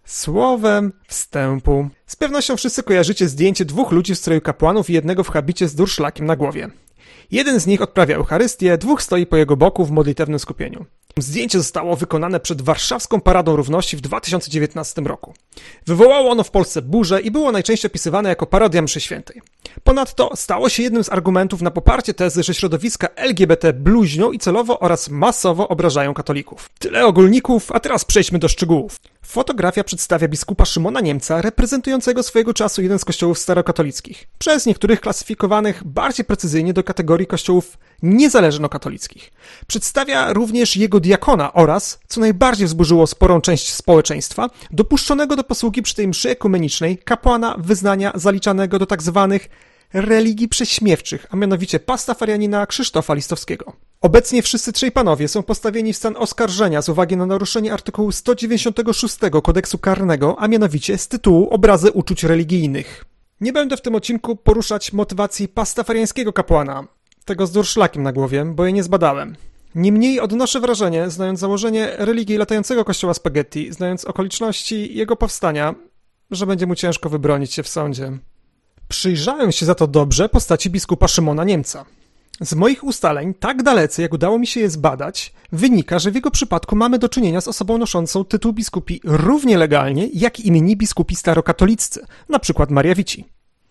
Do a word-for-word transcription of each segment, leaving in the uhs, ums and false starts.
Słowem wstępu. Z pewnością wszyscy kojarzycie zdjęcie dwóch ludzi w stroju kapłanów i jednego w habicie z durszlakiem na głowie. Jeden z nich odprawia Eucharystię, dwóch stoi po jego boku w modlitewnym skupieniu. Zdjęcie zostało wykonane przed warszawską Paradą Równości w dwa tysiące dziewiętnastym roku. Wywołało ono w Polsce burzę i było najczęściej opisywane jako parodia mszy świętej. Ponadto stało się jednym z argumentów na poparcie tezy, że środowiska L G B T bluźnią i celowo oraz masowo obrażają katolików. Tyle ogólników, a teraz przejdźmy do szczegółów. Fotografia przedstawia biskupa Szymona Niemca, reprezentującego swojego czasu jeden z kościołów starokatolickich, przez niektórych klasyfikowanych bardziej precyzyjnie do kategorii kościołów niezależnokatolickich. Przedstawia również jego diakona oraz, co najbardziej wzburzyło sporą część społeczeństwa, dopuszczonego do posługi przy tej mszy ekumenicznej kapłana wyznania zaliczanego do tzw. religii prześmiewczych, a mianowicie pastafarianina Krzysztofa Listowskiego. Obecnie wszyscy trzej panowie są postawieni w stan oskarżenia z uwagi na naruszenie artykułu sto dziewięćdziesiątego szóstego kodeksu karnego, a mianowicie z tytułu obrazy uczuć religijnych. Nie będę w tym odcinku poruszać motywacji pastafariańskiego kapłana, tego z durszlakiem na głowie, bo jej nie zbadałem. Niemniej odnoszę wrażenie, znając założenie religii latającego kościoła spaghetti, znając okoliczności jego powstania, że będzie mu ciężko wybronić się w sądzie. Przyjrzałem się za to dobrze postaci biskupa Szymona Niemca. Z moich ustaleń, tak dalece jak udało mi się je zbadać, wynika, że w jego przypadku mamy do czynienia z osobą noszącą tytuł biskupi równie legalnie, jak i inni biskupi starokatoliccy, na przykład Maria Vici.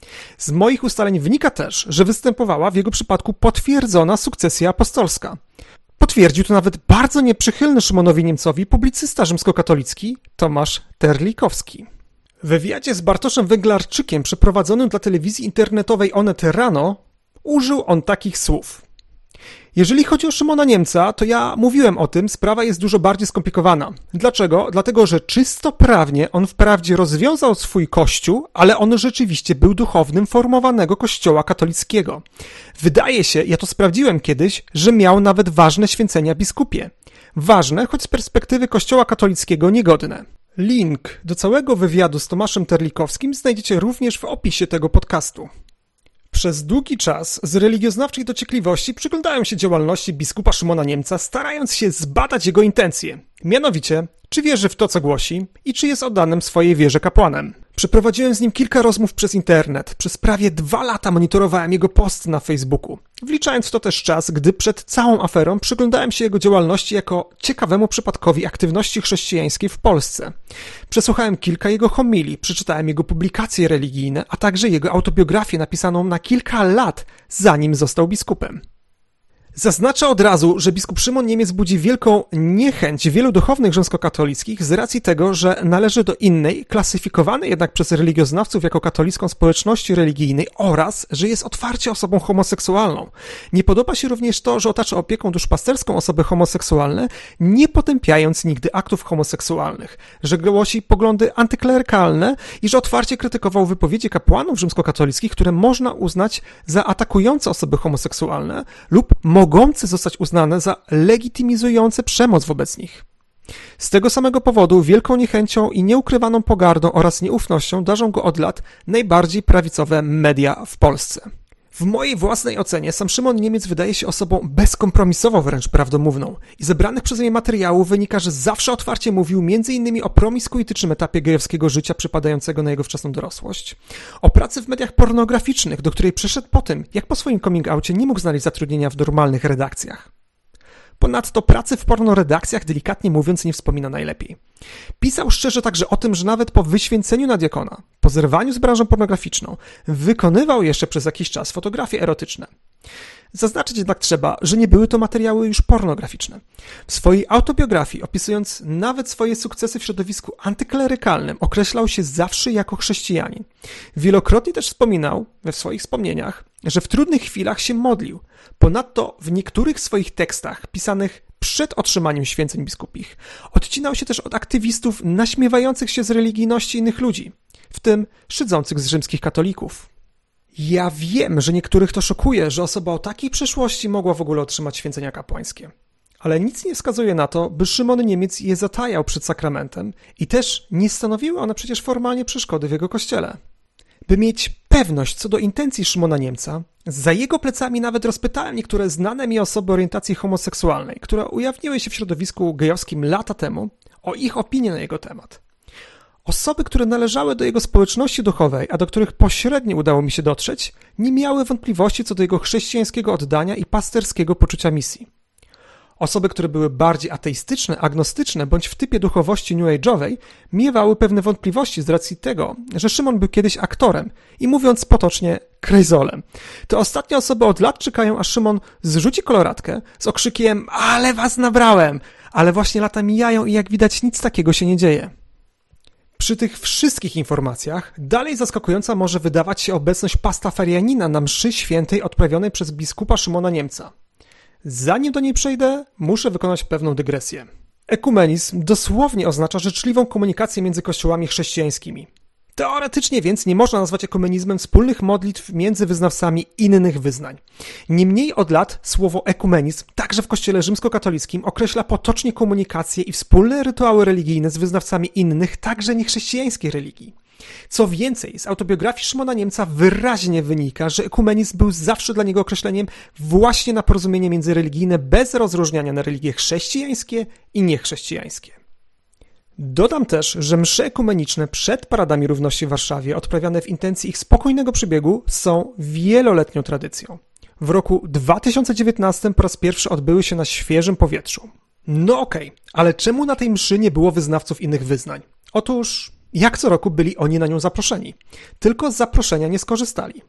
Z moich ustaleń wynika też, że występowała w jego przypadku potwierdzona sukcesja apostolska. Potwierdził to nawet bardzo nieprzychylny Szymonowi Niemcowi publicysta rzymskokatolicki Tomasz Terlikowski. W wywiadzie z Bartoszem Węglarczykiem przeprowadzonym dla telewizji internetowej Onet Rano użył on takich słów. Jeżeli chodzi o Szymona Niemca, to ja mówiłem o tym, sprawa jest dużo bardziej skomplikowana. Dlaczego? Dlatego, że czysto prawnie on wprawdzie rozwiązał swój kościół, ale on rzeczywiście był duchownym formowanego kościoła katolickiego. Wydaje się, ja to sprawdziłem kiedyś, że miał nawet ważne święcenia biskupie. Ważne, choć z perspektywy kościoła katolickiego niegodne. Link do całego wywiadu z Tomaszem Terlikowskim znajdziecie również w opisie tego podcastu. Przez długi czas z religioznawczej dociekliwości przyglądałem się działalności biskupa Szymona Niemca, starając się zbadać jego intencje. Mianowicie, czy wierzy w to, co głosi i czy jest oddanym swojej wierze kapłanem. Przeprowadziłem z nim kilka rozmów przez internet. Przez prawie dwa lata monitorowałem jego posty na Facebooku. Wliczając w to też czas, gdy przed całą aferą przyglądałem się jego działalności jako ciekawemu przypadkowi aktywności chrześcijańskiej w Polsce. Przesłuchałem kilka jego homilii, przeczytałem jego publikacje religijne, a także jego autobiografię napisaną na kilka lat, zanim został biskupem. Zaznaczę od razu, że biskup Szymon Niemiec budzi wielką niechęć wielu duchownych rzymskokatolickich z racji tego, że należy do innej, klasyfikowanej jednak przez religioznawców jako katolicką społeczności religijnej oraz, że jest otwarcie osobą homoseksualną. Nie podoba się również to, że otacza opieką duszpasterską osoby homoseksualne, nie potępiając nigdy aktów homoseksualnych, że głosi poglądy antyklerykalne i że otwarcie krytykował wypowiedzi kapłanów rzymskokatolickich, które można uznać za atakujące osoby homoseksualne lub mogące zostać uznane za legitymizujące przemoc wobec nich. Z tego samego powodu wielką niechęcią i nieukrywaną pogardą oraz nieufnością darzą go od lat najbardziej prawicowe media w Polsce. W mojej własnej ocenie sam Szymon Niemiec wydaje się osobą bezkompromisowo wręcz prawdomówną i z zebranych przez mnie materiałów wynika, że zawsze otwarcie mówił między innymi o promiskuitycznym etapie gejowskiego życia przypadającego na jego wczesną dorosłość, o pracy w mediach pornograficznych, do której przyszedł po tym, jak po swoim coming outie nie mógł znaleźć zatrudnienia w normalnych redakcjach. Ponadto pracy w pornoredakcjach, delikatnie mówiąc, nie wspomina najlepiej. Pisał szczerze także o tym, że nawet po wyświęceniu na diakona, po zerwaniu z branżą pornograficzną, wykonywał jeszcze przez jakiś czas fotografie erotyczne. Zaznaczyć jednak trzeba, że nie były to materiały już pornograficzne. W swojej autobiografii, opisując nawet swoje sukcesy w środowisku antyklerykalnym, określał się zawsze jako chrześcijanin. Wielokrotnie też wspominał we swoich wspomnieniach, że w trudnych chwilach się modlił. Ponadto w niektórych swoich tekstach pisanych przed otrzymaniem święceń biskupich odcinał się też od aktywistów naśmiewających się z religijności innych ludzi, w tym szydzących z rzymskich katolików. Ja wiem, że niektórych to szokuje, że osoba o takiej przeszłości mogła w ogóle otrzymać święcenia kapłańskie. Ale nic nie wskazuje na to, by Szymon Niemiec je zatajał przed sakramentem i też nie stanowiły one przecież formalnie przeszkody w jego kościele. By mieć pewność co do intencji Szymona Niemca, za jego plecami nawet rozpytałem niektóre znane mi osoby orientacji homoseksualnej, które ujawniły się w środowisku gejowskim lata temu, o ich opinię na jego temat. Osoby, które należały do jego społeczności duchowej, a do których pośrednio udało mi się dotrzeć, nie miały wątpliwości co do jego chrześcijańskiego oddania i pasterskiego poczucia misji. Osoby, które były bardziej ateistyczne, agnostyczne bądź w typie duchowości New Age'owej, miewały pewne wątpliwości z racji tego, że Szymon był kiedyś aktorem i mówiąc potocznie krejzolem. Te ostatnie osoby od lat czekają, aż Szymon zrzuci koloratkę z okrzykiem „Ale was nabrałem!”, ale właśnie lata mijają i jak widać nic takiego się nie dzieje. Przy tych wszystkich informacjach dalej zaskakująca może wydawać się obecność pastafarianina na mszy świętej odprawionej przez biskupa Szymona Niemca. Zanim do niej przejdę, muszę wykonać pewną dygresję. Ekumenizm dosłownie oznacza życzliwą komunikację między kościołami chrześcijańskimi. Teoretycznie więc nie można nazwać ekumenizmem wspólnych modlitw między wyznawcami innych wyznań. Niemniej od lat słowo ekumenizm, także w kościele rzymskokatolickim, określa potocznie komunikację i wspólne rytuały religijne z wyznawcami innych, także niechrześcijańskiej religii. Co więcej, z autobiografii Szymona Niemca wyraźnie wynika, że ekumenizm był zawsze dla niego określeniem właśnie na porozumienie międzyreligijne bez rozróżniania na religie chrześcijańskie i niechrześcijańskie. Dodam też, że msze ekumeniczne przed paradami równości w Warszawie, odprawiane w intencji ich spokojnego przebiegu, są wieloletnią tradycją. W roku dwa tysiące dziewiętnastym po raz pierwszy odbyły się na świeżym powietrzu. No okej, okay, ale czemu na tej mszy nie było wyznawców innych wyznań? Otóż, jak co roku byli oni na nią zaproszeni, tylko z zaproszenia nie skorzystali.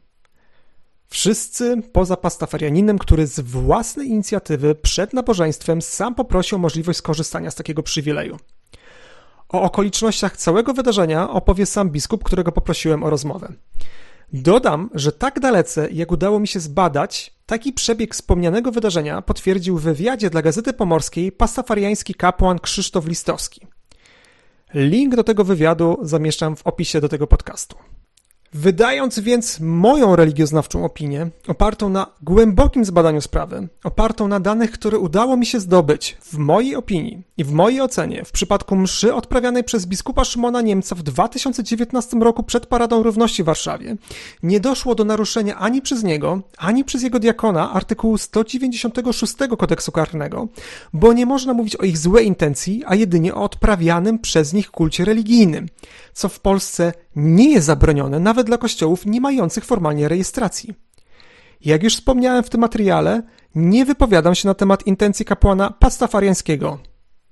Wszyscy poza pastafarianinem, który z własnej inicjatywy przed nabożeństwem sam poprosił o możliwość skorzystania z takiego przywileju. O okolicznościach całego wydarzenia opowie sam biskup, którego poprosiłem o rozmowę. Dodam, że tak dalece, jak udało mi się zbadać, taki przebieg wspomnianego wydarzenia potwierdził w wywiadzie dla Gazety Pomorskiej pastafariański kapłan Krzysztof Listowski. Link do tego wywiadu zamieszczam w opisie do tego podcastu. Wydając więc moją religioznawczą opinię, opartą na głębokim zbadaniu sprawy, opartą na danych, które udało mi się zdobyć, w mojej opinii i w mojej ocenie, w przypadku mszy odprawianej przez biskupa Szymona Niemca w dwa tysiące dziewiętnastym roku przed Paradą Równości w Warszawie, nie doszło do naruszenia ani przez niego, ani przez jego diakona artykułu sto dziewięćdziesiątego szóstego kodeksu karnego, bo nie można mówić o ich złej intencji, a jedynie o odprawianym przez nich kulcie religijnym, co w Polsce nie jest zabronione nawet dla kościołów nie mających formalnie rejestracji. Jak już wspomniałem w tym materiale, nie wypowiadam się na temat intencji kapłana pastafariańskiego.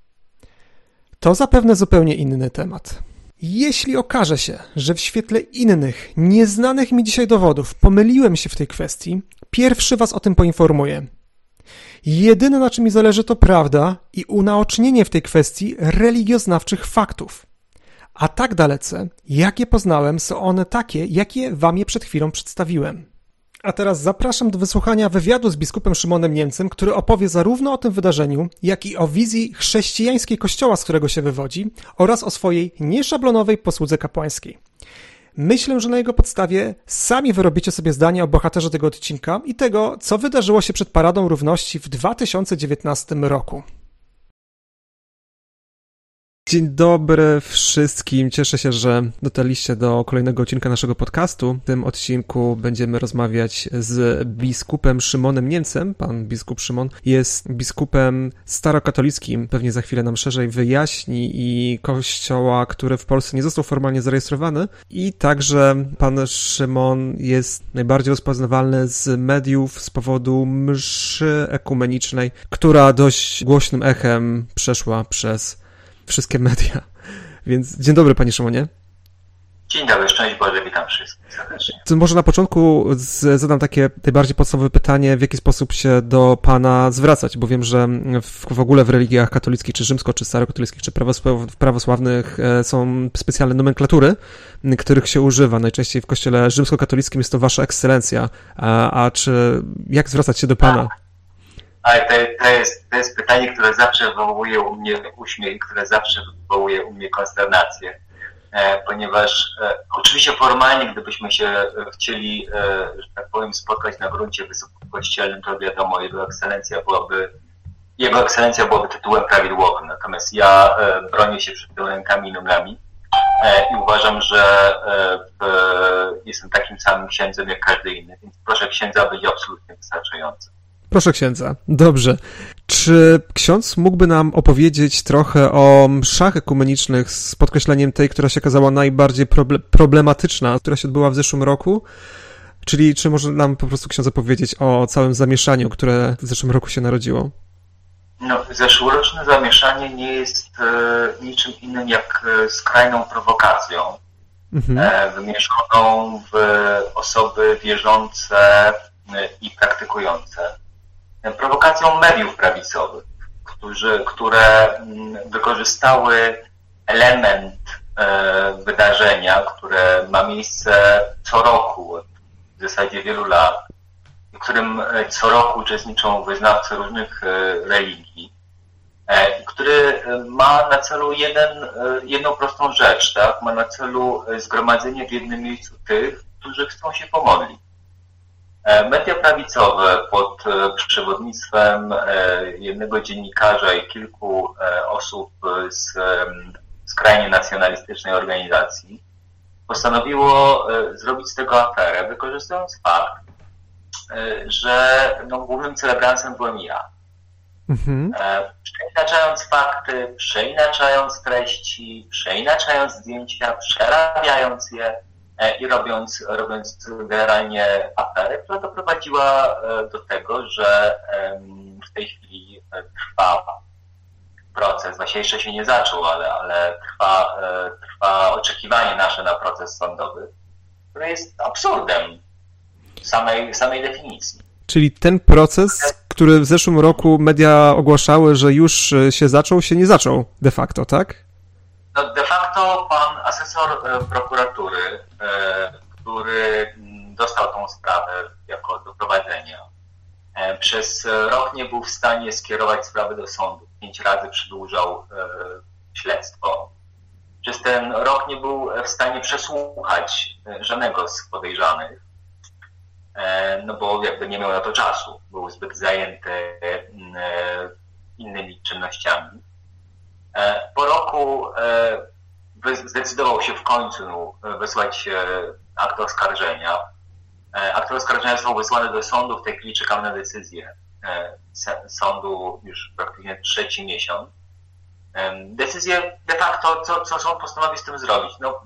To zapewne zupełnie inny temat. Jeśli okaże się, że w świetle innych, nieznanych mi dzisiaj dowodów pomyliłem się w tej kwestii, pierwszy was o tym poinformuję. Jedyne na czym mi zależy to prawda i unaocznienie w tej kwestii religioznawczych faktów. A tak dalece, jak je poznałem, są one takie, jakie wam je przed chwilą przedstawiłem. A teraz zapraszam do wysłuchania wywiadu z biskupem Szymonem Niemcem, który opowie zarówno o tym wydarzeniu, jak i o wizji chrześcijańskiej kościoła, z którego się wywodzi, oraz o swojej nieszablonowej posłudze kapłańskiej. Myślę, że na jego podstawie sami wyrobicie sobie zdanie o bohaterze tego odcinka i tego, co wydarzyło się przed Paradą Równości w dwa tysiące dziewiętnastym roku. Dzień dobry wszystkim. Cieszę się, że dotarliście do kolejnego odcinka naszego podcastu. W tym odcinku będziemy rozmawiać z biskupem Szymonem Niemcem. Pan biskup Szymon jest biskupem starokatolickim. Pewnie za chwilę nam szerzej wyjaśni i kościoła, który w Polsce nie został formalnie zarejestrowany. I także pan Szymon jest najbardziej rozpoznawalny z mediów z powodu mszy ekumenicznej, która dość głośnym echem przeszła przez wszystkie media. Więc dzień dobry, panie Szymonie. Dzień dobry, szczęść Boże, witam wszystkich serdecznie. To może na początku z, zadam takie najbardziej podstawowe pytanie, w jaki sposób się do pana zwracać, bo wiem, że w, w ogóle w religiach katolickich, czy rzymsko, czy starokatolickich, czy prawosław, prawosławnych są specjalne nomenklatury, których się używa. Najczęściej w kościele rzymskokatolickim jest to wasza ekscelencja. A, a czy, jak zwracać się do pana? Ale to, to, jest, to jest pytanie, które zawsze wywołuje u mnie uśmiech, które zawsze wywołuje u mnie konsternację, e, ponieważ e, oczywiście formalnie, gdybyśmy się chcieli, e, że tak powiem, spotkać na gruncie wysokokościelnym, to wiadomo, jego ekscelencja byłaby, jego ekscelencja byłaby tytułem prawidłowym, natomiast ja e, bronię się przed tymi rękami i nomlami e, i uważam, że e, w, jestem takim samym księdzem jak każdy inny, więc proszę księdza być absolutnie wystarczający. Proszę księdza. Dobrze. Czy ksiądz mógłby nam opowiedzieć trochę o mszach ekumenicznych z podkreśleniem tej, która się okazała najbardziej proble- problematyczna, która się odbyła w zeszłym roku? Czyli czy może nam po prostu ksiądz opowiedzieć o całym zamieszaniu, które w zeszłym roku się narodziło? No, zeszłoroczne zamieszanie nie jest e, niczym innym jak e, skrajną prowokacją, mhm. e, wymierzoną w osoby wierzące e, i praktykujące. E, prowokacją mediów prawicowych, którzy, które m, wykorzystały element e, wydarzenia, które ma miejsce co roku, w zasadzie wielu lat, w którym co roku uczestniczą wyznawcy różnych religii, który ma na celu jeden, jedną prostą rzecz, tak? Ma na celu zgromadzenie w jednym miejscu tych, którzy chcą się pomodlić. Media prawicowe pod przewodnictwem jednego dziennikarza i kilku osób z skrajnie nacjonalistycznej organizacji postanowiło zrobić z tego aferę, wykorzystując fakt, że no, głównym celebrantem byłem ja. Mhm. Przeinaczając fakty, przeinaczając treści, przeinaczająć zdjęcia, przerabiając je i robiąc, robiąc generalnie aferę, która doprowadziła do tego, że w tej chwili trwa proces, właśnie jeszcze się nie zaczął, ale, ale trwa, trwa oczekiwanie nasze na proces sądowy, który jest absurdem samej, samej definicji. Czyli ten proces, który w zeszłym roku media ogłaszały, że już się zaczął, się nie zaczął de facto, tak? No de facto pan asesor prokuratury, który dostał tą sprawę jako do prowadzenia, przez rok nie był w stanie skierować sprawy do sądu. Pięć razy przedłużał śledztwo. Przez ten rok nie był w stanie przesłuchać żadnego z podejrzanych, no bo jakby nie miał na to czasu. Był zbyt zajęty innymi czynnościami. Po roku zdecydował się w końcu wysłać akt oskarżenia. Akty oskarżenia został wysłany do sądu, w tej chwili czekamy na decyzję sądu już praktycznie trzeci miesiąc. Decyzję de facto, co, co sąd postanowi z tym zrobić? No,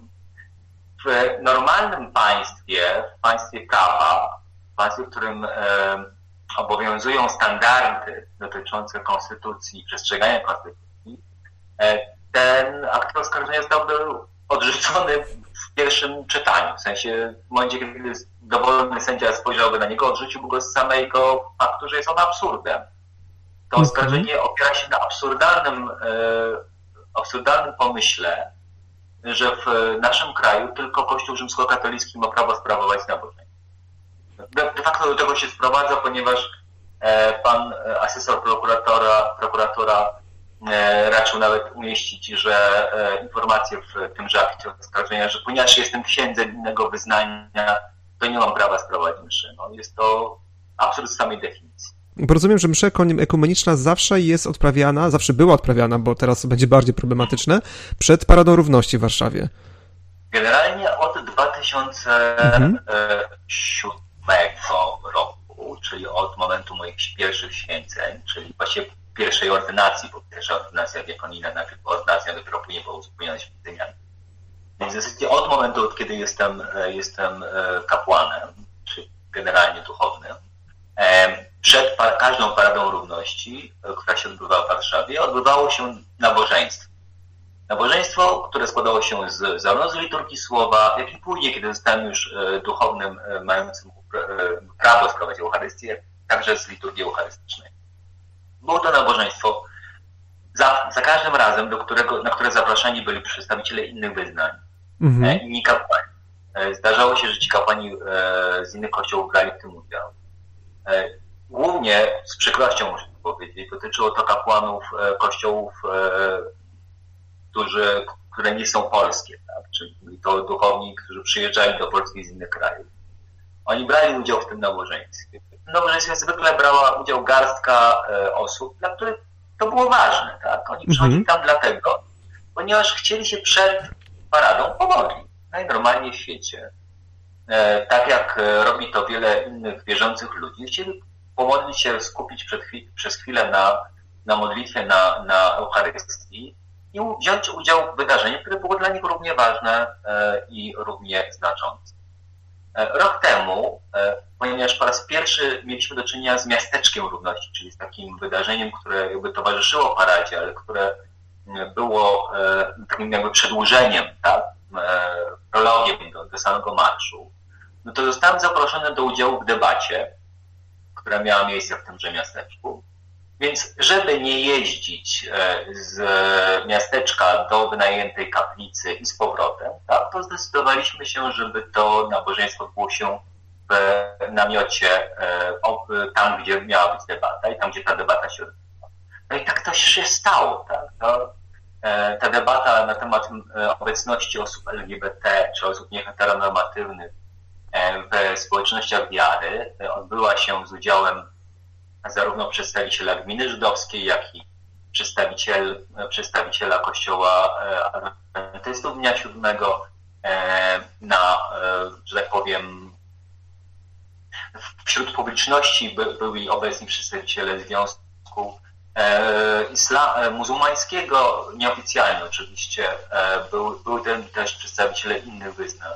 w normalnym państwie, w państwie prawa, w państwie, w którym e, obowiązują standardy dotyczące konstytucji i przestrzegania konstytucji, e, ten akt oskarżenia zostałby odrzucony w pierwszym czytaniu. W sensie w momencie, kiedy dowolny sędzia spojrzałby na niego, odrzuciłby go z samego faktu, że jest on absurdem. To oskarżenie opiera się na absurdalnym, e, absurdalnym pomyśle, że w naszym kraju tylko Kościół rzymskokatolicki ma prawo sprawować nabożeństwo. De, de facto do tego się sprowadza, ponieważ e, pan asesor prokuratora, prokuratora e, raczył nawet umieścić, że e, informacje w tymże akcie oskarżenia, że ponieważ jestem księdzem innego wyznania, to nie mam prawa sprowadzić mszy. No, jest to absurd z samej definicji. Bo rozumiem, że msza ekumeniczna zawsze jest odprawiana, zawsze była odprawiana, bo teraz będzie bardziej problematyczne, przed Paradą Równości w Warszawie. Generalnie od dwa tysiące siódmego roku, czyli od momentu moich pierwszych święceń, czyli właśnie pierwszej ordynacji, bo pierwsza ordynacja diakonina, najpierw ordynacja dopiero później była uzupełniona święceniami. Więc w zasadzie od momentu, od kiedy jestem, jestem kapłanem, czy generalnie duchownym, przed pa- każdą Paradą Równości, która się odbywała w Warszawie, odbywało się nabożeństwo. Nabożeństwo, które składało się z, zarówno z liturgii słowa, jak i później, kiedy zostałem już duchownym mającym prawo sprawować Eucharystię, także z liturgii eucharystycznej. Było to nabożeństwo za, za każdym razem, do którego, na które zapraszani byli przedstawiciele innych wyznań, mhm. inni kapłani. Zdarzało się, że ci kapłani z innych kościołów brali w tym udział. Głównie, z przykrością muszę powiedzieć, dotyczyło to kapłanów kościołów, którzy, które nie są polskie, tak? Czyli to duchowni, którzy przyjeżdżali do Polski z innych krajów. Oni brali udział w tym nabożeństwie. W tym nabożeństwie zwykle brała udział garstka osób, dla których to było ważne. Tak? Oni przychodzili tam dlatego, ponieważ chcieli się przed paradą pomodlić. Najnormalniej w świecie. Tak jak robi to wiele innych wierzących ludzi, chcieli pomodlić się, skupić przed chwil, przez chwilę na, na modlitwie, na, na Eucharystii i wziąć udział w wydarzeniu, które było dla nich równie ważne i równie znaczące. Rok temu, ponieważ po raz pierwszy mieliśmy do czynienia z miasteczkiem równości, czyli z takim wydarzeniem, które jakby towarzyszyło paradzie, ale które było takim jakby przedłużeniem, tak, prologiem do, do samego marszu, no to zostałem zaproszony do udziału w debacie, która miała miejsce w tymże miasteczku. Więc żeby nie jeździć z miasteczka do wynajętej kaplicy i z powrotem, tak, to zdecydowaliśmy się, żeby to nabożeństwo odbyło się w namiocie tam, gdzie miała być debata i tam, gdzie ta debata się odbyła. No i tak to się stało. Tak? To, ta debata na temat obecności osób L G B T czy osób nieheteronormatywnych w społecznościach wiary odbyła się z udziałem zarówno przedstawiciela gminy żydowskiej, jak i przedstawiciel, przedstawiciela Kościoła Adwentystów Dnia Siódmego na, że tak powiem, wśród publiczności by, byli obecni przedstawiciele Związku Isla, muzułmańskiego, nieoficjalnie oczywiście, był, był ten też przedstawiciele innych wyznań.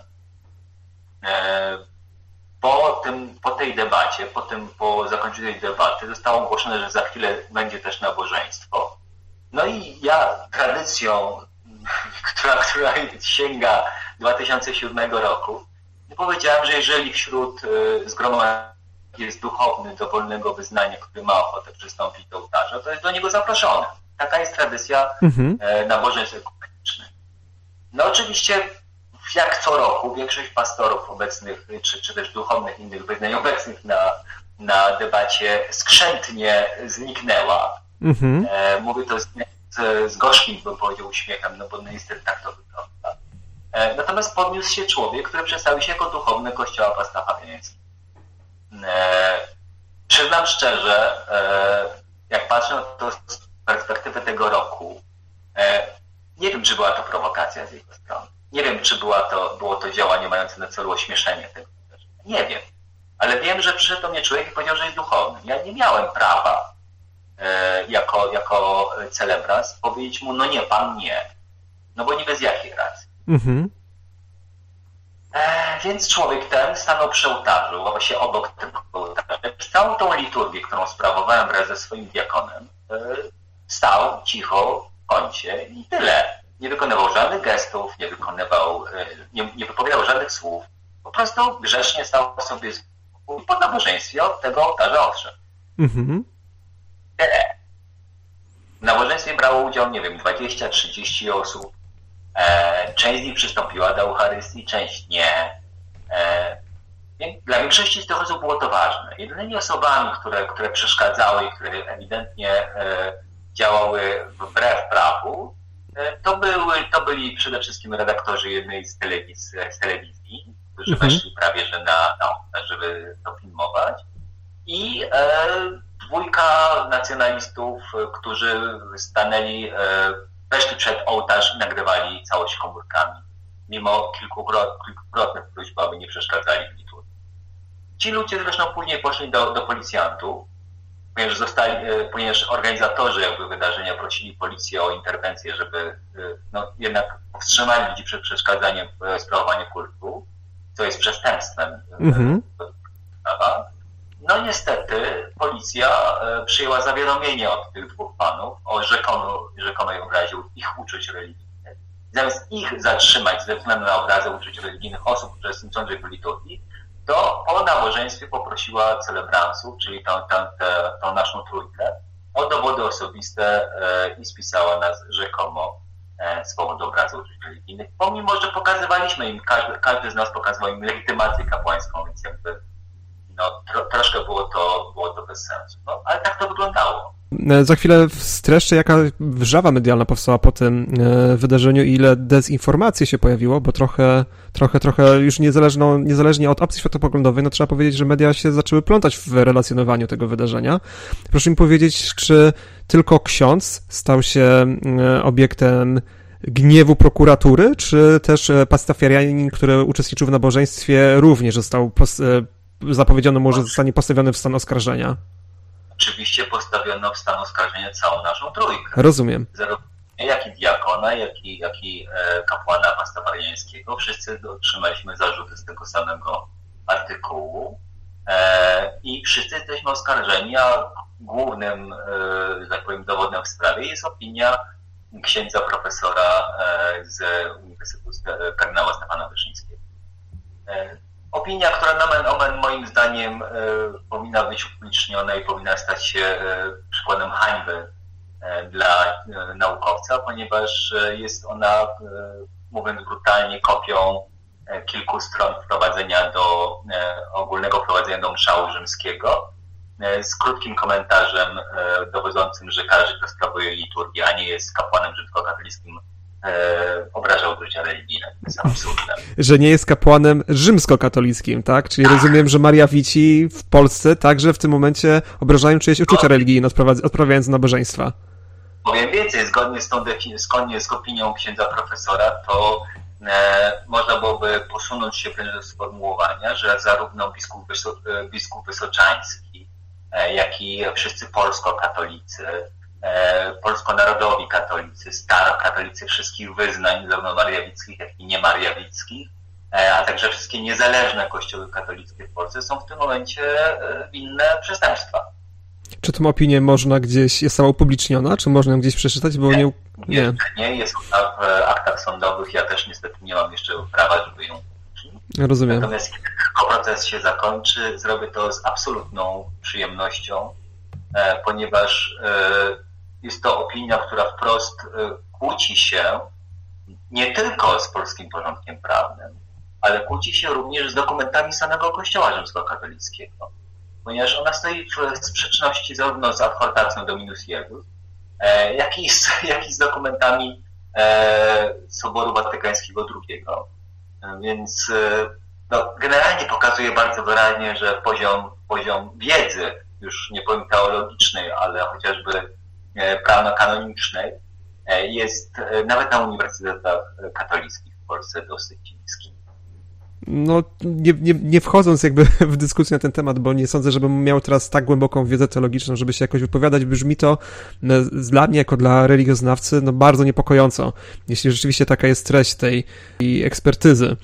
Po, tym, po tej debacie, po, tym, po zakończeniu tej debaty zostało ogłoszone, że za chwilę będzie też nabożeństwo. No i ja tradycją, która, która sięga dwa tysiące siódmego roku, powiedziałem, że jeżeli wśród zgromadzenia jest duchowny do wolnego wyznania, który ma ochotę przystąpić do ołtarza, to jest do niego zaproszony. Taka jest tradycja mhm. nabożeństw ekumenicznych. No oczywiście jak co roku większość pastorów obecnych, czy, czy też duchownych innych wyznań obecnych na, na debacie skrzętnie zniknęła. Mm-hmm. E, mówię to z, z, z gorzkim, bym powiedział, uśmiechem, no bo no niestety tak to wygląda. E, natomiast podniósł się człowiek, który przedstawił się jako duchowny Kościoła Pastafawiańskiego. E, przyznam szczerze, e, jak patrzę na to z perspektywy tego roku, e, nie wiem, czy była to prowokacja z jego strony. Nie wiem, czy była to, było to działanie mające na celu ośmieszenie tego wydarzenia. Nie wiem. Ale wiem, że przyszedł do mnie człowiek i powiedział, że jest duchowny. Ja nie miałem prawa e, jako, jako celebrant powiedzieć mu, no nie, pan nie. No bo niby z jakiej racji. Mhm. E, więc człowiek ten stanął przy ołtarzu, właśnie obok tego ołtarza. Całą tą liturgię, którą sprawowałem wraz ze swoim diakonem, e, stał cicho w kącie i tyle. Nie wykonywał żadnych gestów, nie wykonywał, nie, nie wypowiadał żadnych słów. Po prostu grzecznie stał sobie po nabożeństwie od tego ołtarza odszedł. Mm-hmm. W nabożeństwie brało udział, nie wiem, dwadzieścia trzydzieści osób. E, część z nich przystąpiła do Eucharystii, część nie. E, dla większości z tych osób było to ważne. Jedynymi osobami, które, które przeszkadzały i które ewidentnie e, działały wbrew prawu, To, były, to byli przede wszystkim redaktorzy jednej z telewizji, z telewizji którzy mhm. weszli prawie że na, na żeby to filmować i e, dwójka nacjonalistów, którzy stanęli, e, weszli przed ołtarz i nagrywali całość komórkami, mimo kilkukrot, kilkukrotnych próśb, aby nie przeszkadzali w liturgii. Ci ludzie zresztą później poszli do, do policjantów, ponieważ, zostali, ponieważ organizatorzy jakby wydarzenia prosili policję o interwencję, żeby no, jednak powstrzymali ludzi przed przeszkadzaniem w sprawowaniu kultu, co jest przestępstwem. Mm-hmm. No niestety policja przyjęła zawiadomienie od tych dwóch panów o rzekomo, rzekomej obrazie ich uczuć religijnych. Zamiast ich zatrzymać ze względu na obrazę uczuć religijnych osób uczestniczących w liturgii, to po nabożeństwie poprosiła celebranców, czyli tą, tą, tą naszą trójkę, o dowody osobiste e, i spisała nas rzekomo e, z powodu obrazu uczuć religijnych, pomimo, że pokazywaliśmy im, każdy, każdy z nas pokazywał im legitymację kapłańską, więc jakby no, tro, troszkę było to, było to bez sensu. No, ale tak to wyglądało. Za chwilę streszczę, jaka wrzawa medialna powstała po tym wydarzeniu i ile dezinformacji się pojawiło, bo trochę, trochę, trochę już niezależno, niezależnie od opcji światopoglądowej, no trzeba powiedzieć, że media się zaczęły plątać w relacjonowaniu tego wydarzenia. Proszę mi powiedzieć, czy tylko ksiądz stał się obiektem gniewu prokuratury, czy też pastafiarianin, który uczestniczył w nabożeństwie, również został pos- zapowiedziano mu, że zostanie postawiony w stan oskarżenia? oczywiście postawiono w stan oskarżenia całą naszą trójkę. Rozumiem. Zarówno jak i diakona, jak i, jak i kapłana pastafariańskiego. Wszyscy otrzymaliśmy zarzuty z tego samego artykułu i wszyscy jesteśmy oskarżeni, a głównym, że tak powiem, dowodem w sprawie jest opinia księdza profesora z Uniwersytetu kardynała Stefana Wyszyńskiego. Opinia, która nomen omen moim zdaniem powinna być upubliczniona i powinna stać się przykładem hańby dla naukowca, ponieważ jest ona, mówiąc brutalnie, kopią kilku stron wprowadzenia do ogólnego wprowadzenia do mszału rzymskiego z krótkim komentarzem dowodzącym, że każdy, kto sprawuje liturgię, a nie jest kapłanem rzymskokatolickim, obrażał uczucia religijne. To jest absurdne. Że nie jest kapłanem rzymskokatolickim, tak? Czyli tak. Rozumiem, że Mariawici w Polsce także w tym momencie obrażają czyjeś uczucia religijne, odprawiając nabożeństwa. Powiem więcej, zgodnie z tą defini- zgodnie z opinią księdza profesora, to e, można byłoby posunąć się wręcz do sformułowania, że zarówno biskup, Wyso- biskup Wysoczański, e, jak i wszyscy polskokatolicy, e, polskonarodowi katolicy, starokatolicy wszystkich wyznań, zarówno mariawickich, jak i niemariawickich, e, a także wszystkie niezależne kościoły katolickie w Polsce są w tym momencie e, winne przestępstwa. Czy tę opinię można gdzieś, jest sama upubliczniona? Czy można ją gdzieś przeczytać? Bo nie, nie. Nie, nie jest ona w aktach sądowych. Ja też niestety nie mam jeszcze prawa, żeby ją upublicznić. Rozumiem. Natomiast kiedy proces się zakończy, zrobię to z absolutną przyjemnością, ponieważ jest to opinia, która wprost kłóci się nie tylko z polskim porządkiem prawnym, ale kłóci się również z dokumentami samego Kościoła rzymskokatolickiego. Ponieważ ona stoi w sprzeczności zarówno z adhortacją Dominus Iesus, jak i z, jak i z dokumentami e, Soboru Watykańskiego drugiego. Więc no, generalnie pokazuje bardzo wyraźnie, że poziom, poziom wiedzy, już nie powiem teologicznej, ale chociażby prawno-kanonicznej, jest nawet na uniwersytetach katolickich w Polsce dosyć niski. No, nie, nie, nie wchodząc jakby w dyskusję na ten temat, bo nie sądzę, żebym miał teraz tak głęboką wiedzę teologiczną, żeby się jakoś wypowiadać, brzmi to no, dla mnie, jako dla religioznawcy, no bardzo niepokojąco, jeśli rzeczywiście taka jest treść tej ekspertyzy.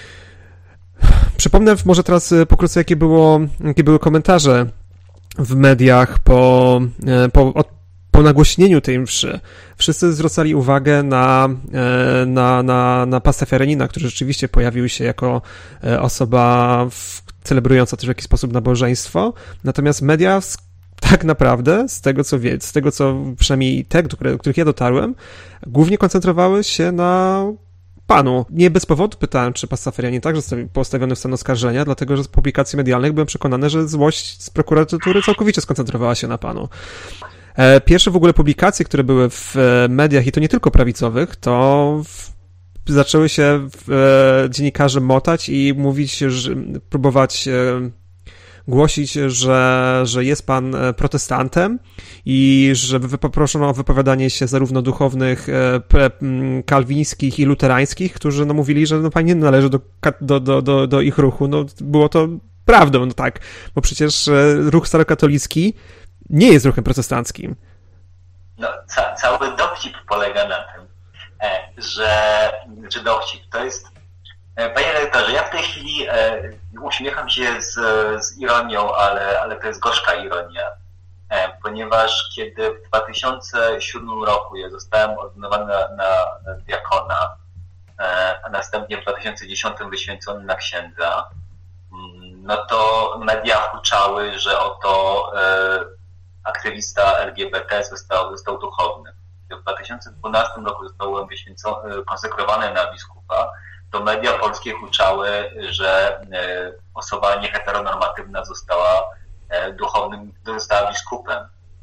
Przypomnę może teraz pokrótce, jakie było, jakie były komentarze w mediach po, po od Po nagłośnieniu tej mszy wszyscy zwracali uwagę na, na, na, na pastafarianina, który rzeczywiście pojawił się jako osoba w, celebrująca też w jakiś sposób nabożeństwo. Natomiast media tak naprawdę, z tego co wie, z tego co przynajmniej te, do których ja dotarłem, głównie koncentrowały się na panu. Nie bez powodu pytałem, czy pastafarianin także został postawiony w stan oskarżenia, dlatego że z publikacji medialnych byłem przekonany, że złość z prokuratury całkowicie skoncentrowała się na panu. Pierwsze w ogóle publikacje, które były w mediach, i to nie tylko prawicowych, to w, zaczęły się w, e, dziennikarze motać i mówić, że, próbować e, głosić, że, że jest pan protestantem i że poproszono o wypowiadanie się zarówno duchownych e, pre, kalwińskich i luterańskich, którzy no, mówili, że no, pan nie należy do, do, do, do, do ich ruchu. No, było to prawdą, no tak, bo przecież e, ruch starokatolicki nie jest ruchem protestanckim. No, ca- cały dowcip polega na tym, e, że, że dowcip to jest... E, panie redaktorze, ja w tej chwili e, uśmiecham się z, z ironią, ale, ale to jest gorzka ironia, e, ponieważ kiedy w dwa tysiące siódmym roku ja zostałem ordynowany na, na, na diakona, e, a następnie w dwa tysiące dziesiątym wyświęcony na księdza, no to media huczały, że oto e, aktywista L G B T został, został duchownym. W dwa tysiące dwunastym roku zostałem wyświęcony, konsekrowany na biskupa, to media polskie huczały, że osoba nieheteronormatywna została duchownym, została biskupem.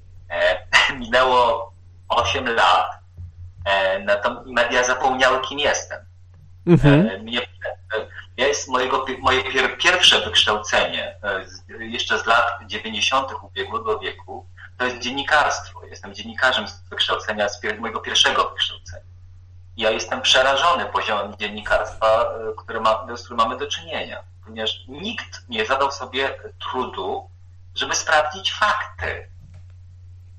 Minęło osiem lat, natomiast media zapomniały, kim jestem. Mhm. Mnie, jest mojego, moje pier, pierwsze wykształcenie, jeszcze z lat dziewięćdziesiątych ubiegłego wieku, to jest dziennikarstwo. Jestem dziennikarzem z wykształcenia, z pier, mojego pierwszego wykształcenia. Ja jestem przerażony poziomem dziennikarstwa, który ma, z którym mamy do czynienia, ponieważ nikt nie zadał sobie trudu, żeby sprawdzić fakty.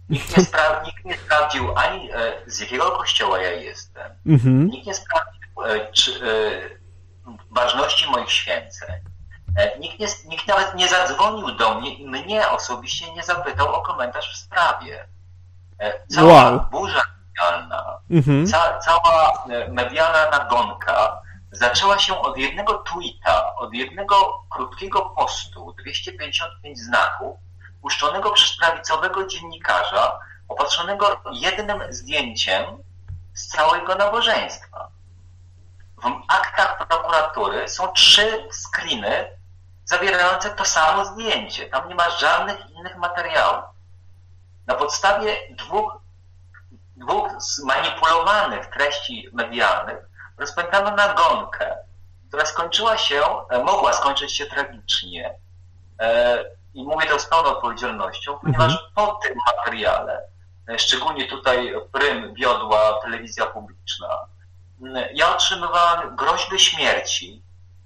Nikt nie, spra- nikt nie sprawdził ani e, z jakiego kościoła ja jestem. Mhm. Nikt nie sprawdził e, czy, e, ważności moich święceń. E, nikt, nie, nikt nawet nie zadzwonił do mnie i mnie osobiście nie zapytał o komentarz w sprawie. E, cała Wow. burza medialna, Mhm. ca- cała e, medialna nagonka zaczęła się od jednego tweeta, od jednego krótkiego postu, dwieście pięćdziesiąt pięć znaków, puszczonego przez prawicowego dziennikarza, opatrzonego jednym zdjęciem z całego nabożeństwa. W aktach prokuratury są trzy screeny zawierające to samo zdjęcie. Tam nie ma żadnych innych materiałów. Na podstawie dwóch, dwóch zmanipulowanych treści medialnych rozpętano nagonkę, która skończyła się, mogła skończyć się tragicznie. I mówię to z pełną odpowiedzialnością, ponieważ mhm. po tym materiale, szczególnie tutaj prym wiodła telewizja publiczna, ja otrzymywałem groźby śmierci,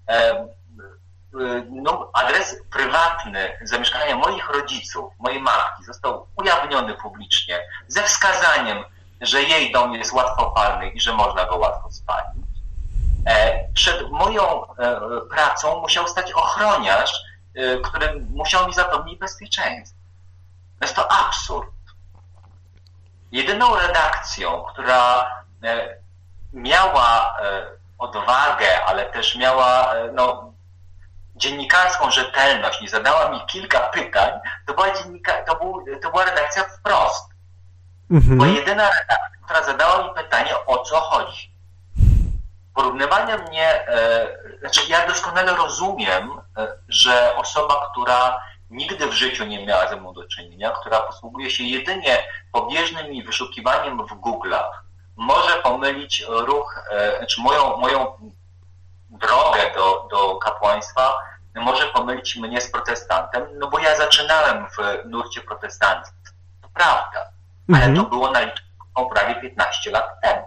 no, adres prywatny zamieszkania moich rodziców, mojej matki został ujawniony publicznie ze wskazaniem, że jej dom jest łatwopalny i że można go łatwo spalić. Przed moją pracą musiał stać ochroniarz, który musiał mi zapewnić bezpieczeństwo. Jest to absurd. Jedyną redakcją, która miała odwagę, ale też miała no, dziennikarską rzetelność i zadała mi kilka pytań, to była, dziennika- to był, to była redakcja Wprost. Mhm. Była jedyna redakcja, która zadała mi pytanie, o co chodzi. Porównywanie mnie, e, znaczy ja doskonale rozumiem, e, że osoba, która nigdy w życiu nie miała ze mną do czynienia, która posługuje się jedynie pobieżnym i wyszukiwaniem w Google'ach, może pomylić ruch, e, znaczy moją, moją drogę do, do kapłaństwa, może pomylić mnie z protestantem, no bo ja zaczynałem w nurcie protestanckim. To prawda, ale mhm. to było naliczone prawie piętnaście lat temu.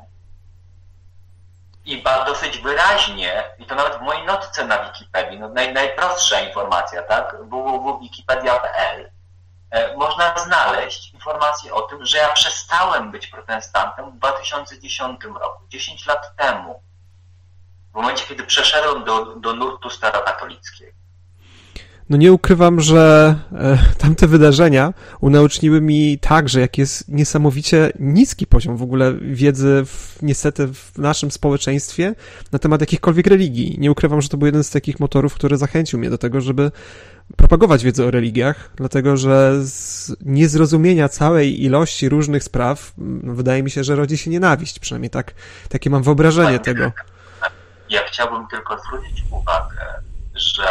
I ba, dosyć wyraźnie, i to nawet w mojej notce na Wikipedii, no naj, najprostsza informacja, tak, w w w wikipedia kropka p l, e, można znaleźć informację o tym, że ja przestałem być protestantem w dwa tysiące dziesiątym roku, dziesięć lat temu, w momencie, kiedy przeszedłem do, do nurtu starokatolickiego. No nie ukrywam, że e, tamte wydarzenia unauczniły mi także, jak jest niesamowicie niski poziom w ogóle wiedzy w, niestety w naszym społeczeństwie na temat jakichkolwiek religii. Nie ukrywam, że to był jeden z takich motorów, który zachęcił mnie do tego, żeby propagować wiedzę o religiach, dlatego że z niezrozumienia całej ilości różnych spraw no, wydaje mi się, że rodzi się nienawiść. Przynajmniej tak, takie mam wyobrażenie tego. Ja chciałbym tylko zwrócić uwagę, że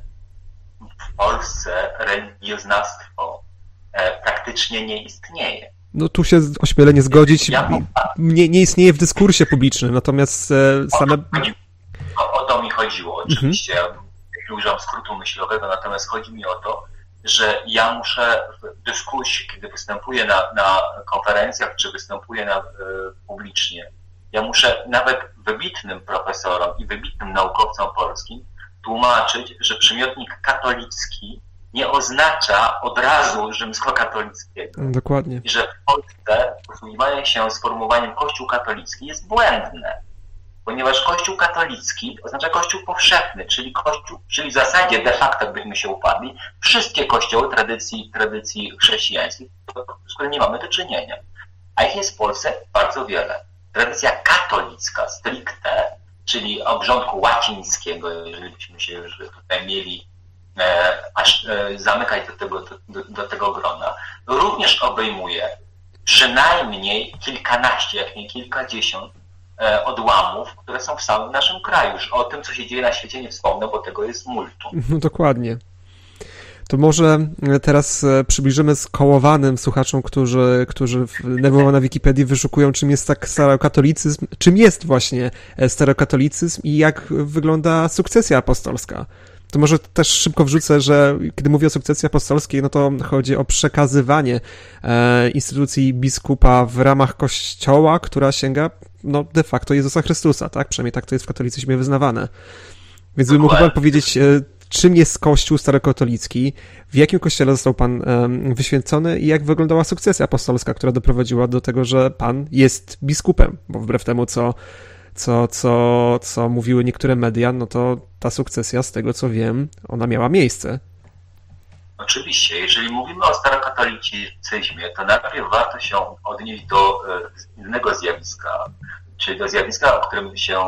w Polsce religioznawstwo e, praktycznie nie istnieje. No tu się ośmielę nie zgodzić. Ja, nie, nie istnieje w dyskursie publicznym, natomiast e, same... O, o to mi chodziło oczywiście. Mhm. Ja używam skrótu myślowego, natomiast chodzi mi o to, że ja muszę w dyskursie, kiedy występuję na, na konferencjach, czy występuję na, e, publicznie, ja muszę nawet wybitnym profesorom i wybitnym naukowcom polskim tłumaczyć, że przymiotnik katolicki nie oznacza od razu rzymskokatolickiego. Dokładnie. I że w Polsce posługiwanie się sformułowaniem Kościół katolicki jest błędne, ponieważ Kościół katolicki oznacza Kościół powszechny, czyli Kościół, czyli w zasadzie de facto, gdybyśmy się upadli, wszystkie kościoły tradycji, tradycji chrześcijańskich, z którymi mamy do czynienia. A ich jest w Polsce bardzo wiele. Tradycja katolicka stricte, czyli obrządku łacińskiego, jeżeli byśmy się już tutaj mieli e, aż e, zamykać do tego, do, do tego grona, również obejmuje przynajmniej kilkanaście, jak nie kilkadziesiąt e, odłamów, które są w samym naszym kraju. Już o tym, co się dzieje na świecie, nie wspomnę, bo tego jest multum. No dokładnie. To może teraz przybliżymy skołowanym słuchaczom, którzy, którzy na Wikipedii wyszukują, czym jest tak starokatolicyzm, czym jest właśnie starokatolicyzm i jak wygląda sukcesja apostolska. To może też szybko wrzucę, że kiedy mówię o sukcesji apostolskiej, no to chodzi o przekazywanie e, instytucji biskupa w ramach Kościoła, która sięga no de facto Jezusa Chrystusa, tak? Przynajmniej tak to jest w katolicyzmie wyznawane. Więc mógłby pan powiedzieć, czym jest Kościół starokatolicki, w jakim kościele został pan um, wyświęcony i jak wyglądała sukcesja apostolska, która doprowadziła do tego, że pan jest biskupem, bo wbrew temu, co, co, co, co mówiły niektóre media, no to ta sukcesja, z tego co wiem, ona miała miejsce. Oczywiście, jeżeli mówimy o starokatolicyzmie, to najpierw warto się odnieść do innego zjawiska, czyli do zjawiska, o którym się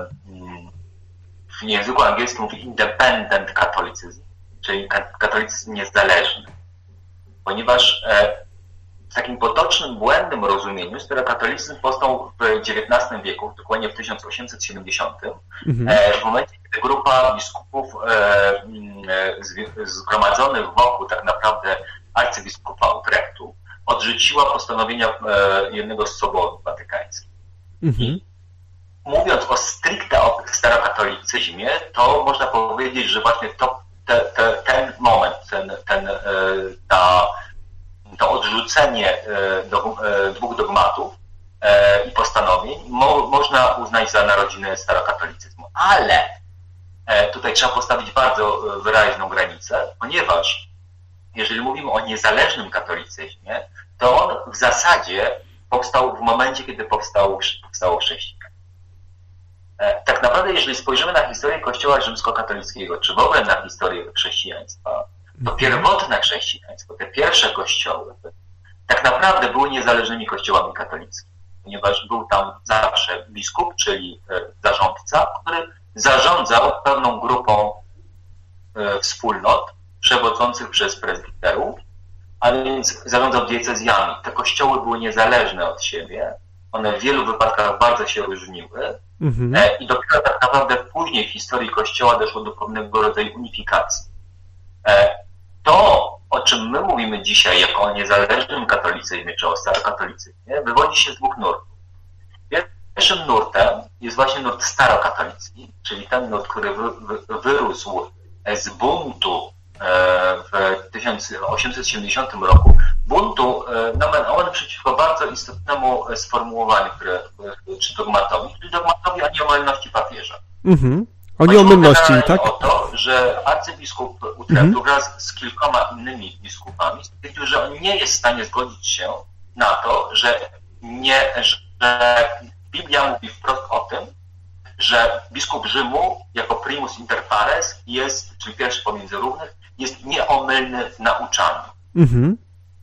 w języku angielskim mówi independent katolicyzm, czyli katolicyzm niezależny. Ponieważ w takim potocznym, błędnym rozumieniu starokatolicyzm powstał w dziewiętnastym wieku, dokładnie w tysiąc osiemset siedemdziesiątym, mhm. w momencie, kiedy grupa biskupów zgromadzonych wokół tak naprawdę arcybiskupa Utrechtu odrzuciła postanowienia jednego z soborów watykańskich. Mhm. I mówiąc o stricte o starokatolicyzmie, to można powiedzieć, że właśnie to, te, te, ten moment, ten, ten, ta, to odrzucenie dwóch dogmatów i postanowień mo, można uznać za narodziny starokatolicyzmu. Ale tutaj trzeba postawić bardzo wyraźną granicę, ponieważ jeżeli mówimy o niezależnym katolicyzmie, to on w zasadzie powstał w momencie, kiedy powstało, powstało chrześcijaństwo. Tak naprawdę, jeżeli spojrzymy na historię Kościoła rzymskokatolickiego, czy w ogóle na historię chrześcijaństwa, to pierwotne chrześcijaństwo, te pierwsze kościoły, tak naprawdę były niezależnymi kościołami katolickimi, ponieważ był tam zawsze biskup, czyli zarządca, który zarządzał pewną grupą wspólnot przewodzących przez prezbiterów, a więc zarządzał diecezjami. Te kościoły były niezależne od siebie, one w wielu wypadkach bardzo się różniły mhm. i dopiero tak naprawdę później w historii Kościoła doszło do pewnego rodzaju unifikacji. To, o czym my mówimy dzisiaj jako o niezależnym katolicyzmie, czy o starokatolicyzmie, wywodzi się z dwóch nurtów. Pierwszym nurtem jest właśnie nurt starokatolicki, czyli ten nurt, który wy, wy, wyrósł z buntu w tysiąc osiemset siedemdziesiątym roku, buntu nomen omen przeciwko bardzo istotnemu sformułowaniu, które, czy dogmatowi, czyli dogmatowi o nieomylności papieża. Mhm. O nieomylności, tak? O to, że arcybiskup Utrechtu mhm. wraz z kilkoma innymi biskupami stwierdził, że on nie jest w stanie zgodzić się na to, że, nie, że Biblia mówi wprost o tym, że biskup Rzymu jako primus inter pares jest, czyli pierwszy pomiędzy równych, jest nieomylny w nauczaniu. Mhm.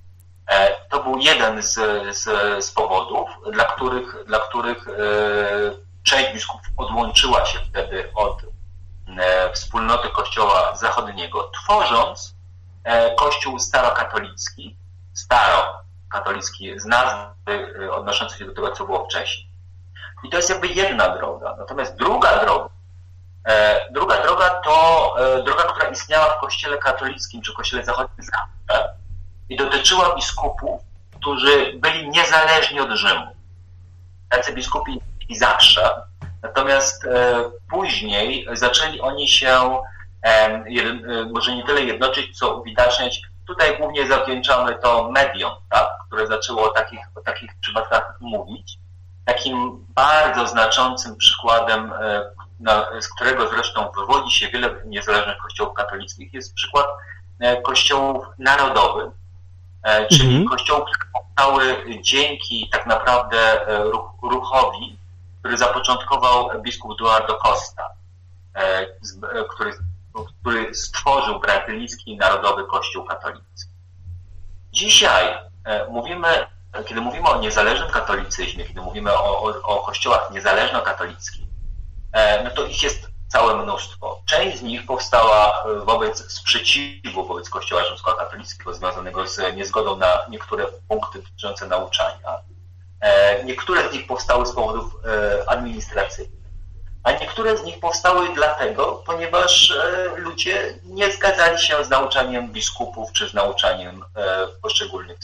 To był jeden z, z, z powodów, dla których, dla których e, część biskupów odłączyła się wtedy od e, wspólnoty Kościoła Zachodniego, tworząc e, Kościół starokatolicki, starokatolicki z nazwy e, odnoszący się do tego, co było wcześniej. I to jest jakby jedna droga. Natomiast druga droga, e, druga droga to e, droga, która istniała w Kościele katolickim czy Kościele Zachodnim zawsze i dotyczyła biskupów, którzy byli niezależni od Rzymu. Tacy biskupi i zawsze. Natomiast e, później zaczęli oni się e, jed, e, może nie tyle jednoczyć, co uwidaczniać. Tutaj głównie zawdzięczamy to mediom, tak, które zaczęło o takich, o takich przypadkach mówić. Takim bardzo znaczącym przykładem, e, na, z którego zresztą wywodzi się wiele niezależnych kościołów katolickich, jest przykład e, kościołów narodowych, e, czyli mhm. kościołów, które powstały dzięki tak naprawdę ruch, ruchowi, który zapoczątkował biskup Eduardo Costa, e, z, e, który, który stworzył brazylijski Narodowy Kościół Katolicki. Dzisiaj e, mówimy, kiedy mówimy o niezależnym katolicyzmie, kiedy mówimy o, o, o kościołach niezależno-katolickich, e, no to ich jest całe mnóstwo. Część z nich powstała wobec sprzeciwu wobec Kościoła rzymskokatolickiego związanego z niezgodą na niektóre punkty dotyczące nauczania. Niektóre z nich powstały z powodów administracyjnych, a niektóre z nich powstały dlatego, ponieważ ludzie nie zgadzali się z nauczaniem biskupów czy z nauczaniem poszczególnych.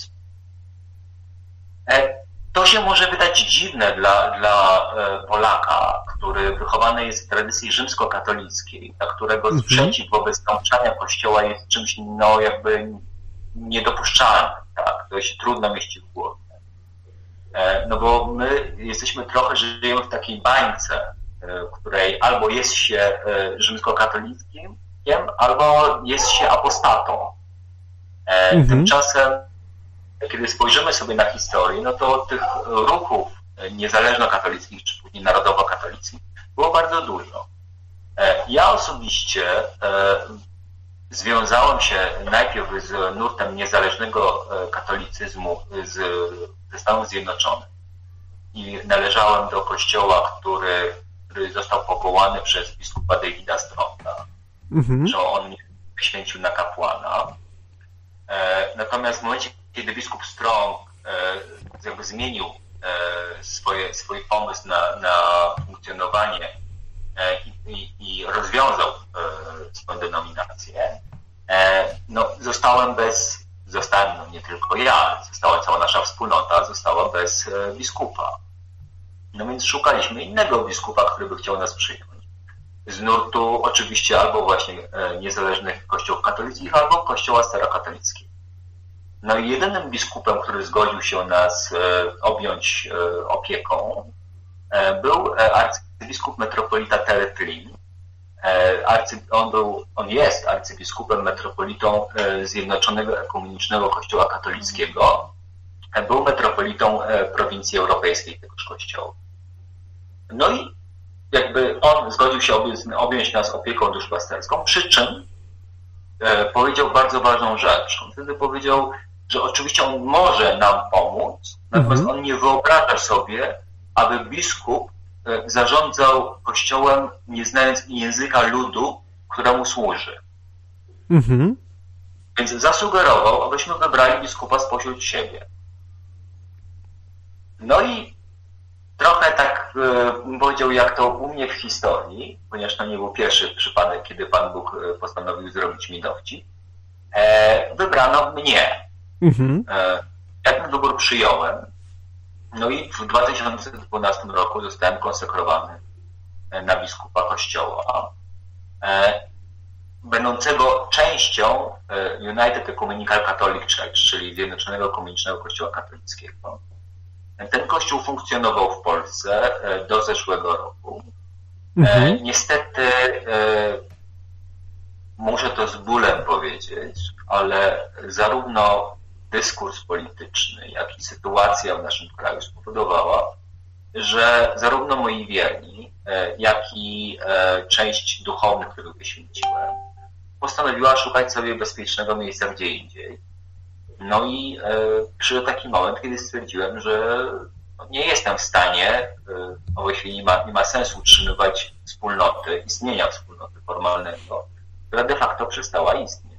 To się może wydać dziwne dla, dla Polaka, który wychowany jest w tradycji rzymskokatolickiej, dla którego mhm. sprzeciw wobec nauczania Kościoła jest czymś no, jakby niedopuszczalnym. Tak? To się trudno mieści w głowie. No bo my jesteśmy trochę, żyjemy w takiej bańce, w której albo jest się rzymskokatolickim, albo jest się apostatą. E, Mhm. Tymczasem, kiedy spojrzymy sobie na historię, no to tych ruchów niezależno-katolickich, czy później narodowo-katolickich było bardzo dużo. E, ja osobiście e, związałem się najpierw z nurtem niezależnego katolicyzmu z, ze Stanów Zjednoczonych i należałem do kościoła, który, który został powołany przez biskupa Davida Stronga, Mhm. że on mnie wyświęcił na kapłana. E, natomiast w momencie, kiedy biskup Strong e, jakby zmienił e, swoje, swój pomysł na, na funkcjonowanie e, i, i rozwiązał e, swoją denominację, e, no, zostałem bez, zostałem, no nie tylko ja, została cała nasza wspólnota, została bez e, biskupa. No więc szukaliśmy innego biskupa, który by chciał nas przyjąć. Z nurtu oczywiście albo właśnie e, niezależnych kościołów katolickich, albo kościoła starokatolickiego. No i jedynym biskupem, który zgodził się nas e, objąć e, opieką, e, był e, arcybiskup metropolita Terry Flynn. E, arcy, on, był, on jest arcybiskupem metropolitą e, Zjednoczonego Ekumenicznego Kościoła Katolickiego. E, był metropolitą e, prowincji europejskiej tegoż kościoła. No i jakby on zgodził się objąć, objąć nas opieką duszpasterską, przy czym e, powiedział bardzo ważną rzecz. On wtedy powiedział, że oczywiście on może nam pomóc, natomiast Mhm. on nie wyobraża sobie, aby biskup e, zarządzał kościołem, nie znając języka ludu, któremu służy. Mhm. Więc zasugerował, abyśmy wybrali biskupa spośród siebie. No i trochę tak e, bym powiedział, jak to u mnie w historii, ponieważ to nie był pierwszy przypadek, kiedy Pan Bóg e, postanowił zrobić mi dowcip, e, wybrano mnie. Mhm. E, ja ten wybór przyjąłem. No i w dwa tysiące dwunastym roku zostałem konsekrowany e, na biskupa kościoła, e, będącego częścią e, United Ecumenical Catholic Church, czyli Zjednoczonego Ekumenicznego Kościoła Katolickiego. Ten kościół funkcjonował w Polsce e, do zeszłego roku. E, Mhm. niestety e, muszę to z bólem powiedzieć, ale zarówno dyskurs polityczny, jak i sytuacja w naszym kraju spowodowała, że zarówno moi wierni, e, jak i e, część duchownych, których wyświęciłem, postanowiła szukać sobie bezpiecznego miejsca gdzie indziej. No i e, przyszedł taki moment, kiedy stwierdziłem, że no, nie jestem w stanie, e, no właściwie nie ma, nie ma sensu utrzymywać wspólnoty, istnienia wspólnoty formalnego, która de facto przestała istnieć.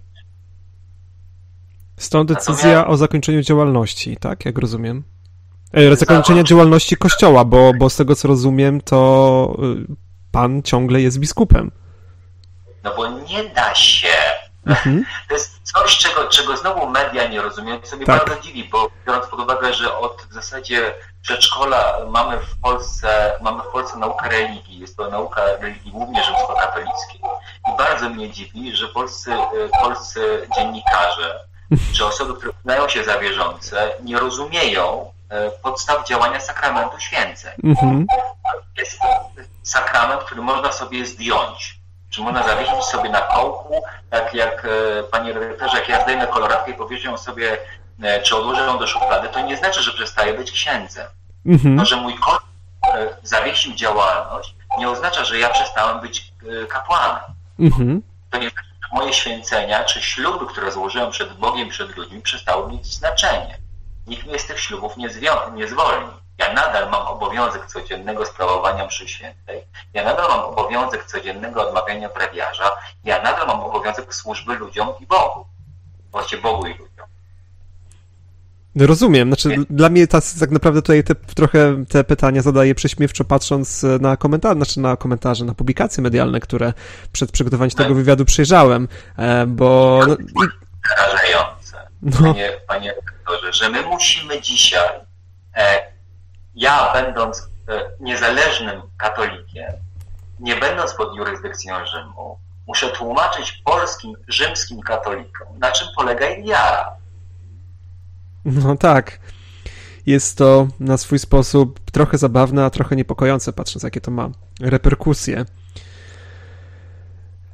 Stąd decyzja Natomiast- o zakończeniu działalności, tak? Jak rozumiem. E, zakończenie Zakończenie. działalności kościoła, bo, bo z tego co rozumiem, to y, pan ciągle jest biskupem. No bo nie da się. Mhm. To jest coś, czego, czego znowu media nie rozumieją, co mnie Tak. bardzo dziwi, bo biorąc pod uwagę, że od w zasadzie przedszkola mamy w Polsce, mamy w Polsce naukę religii, jest to nauka religii głównie rzymskokatolickiej. I bardzo mnie dziwi, że polscy, polscy dziennikarze, czy osoby, które uznają się za wierzące, nie rozumieją e, podstaw działania sakramentu święceń. Mhm. Jest to sakrament, który można sobie zdjąć. Czy można zawiesić sobie na kołku, tak jak, e, panie redaktorze, jak ja zdejmę koloratkę i powieszę ją sobie, e, czy odłożę ją do szuflady, to nie znaczy, że przestaję być księdzem. Mhm. To, że mój kot e, zawiesił działalność, nie oznacza, że ja przestałem być e, kapłanem. Mhm. To nie znaczy, że moje święcenia, czy śluby, które złożyłem przed Bogiem, przed ludźmi, przestały mieć znaczenie. Nikt mnie z tych ślubów nie, zwio- nie zwolni. Ja nadal mam obowiązek codziennego sprawowania mszy świętej, ja nadal mam obowiązek codziennego odmawiania brewiarza, ja nadal mam obowiązek służby ludziom i Bogu. Właściwie Bogu i ludziom. Rozumiem. Znaczy, dla mnie ta, tak naprawdę tutaj te, trochę te pytania zadaję prześmiewczo, patrząc na komentarze, znaczy na komentarze, na publikacje medialne, które przed przygotowaniem tego wywiadu przejrzałem, e, bo... No, i, Przerażające, no, panie, panie redaktorze, że my musimy dzisiaj, e, ja będąc e, niezależnym katolikiem, nie będąc pod jurysdykcją Rzymu, muszę tłumaczyć polskim, rzymskim katolikom, na czym polega ich wiara. no tak. Jest to na swój sposób trochę zabawne, a trochę niepokojące, patrząc jakie to ma reperkusje.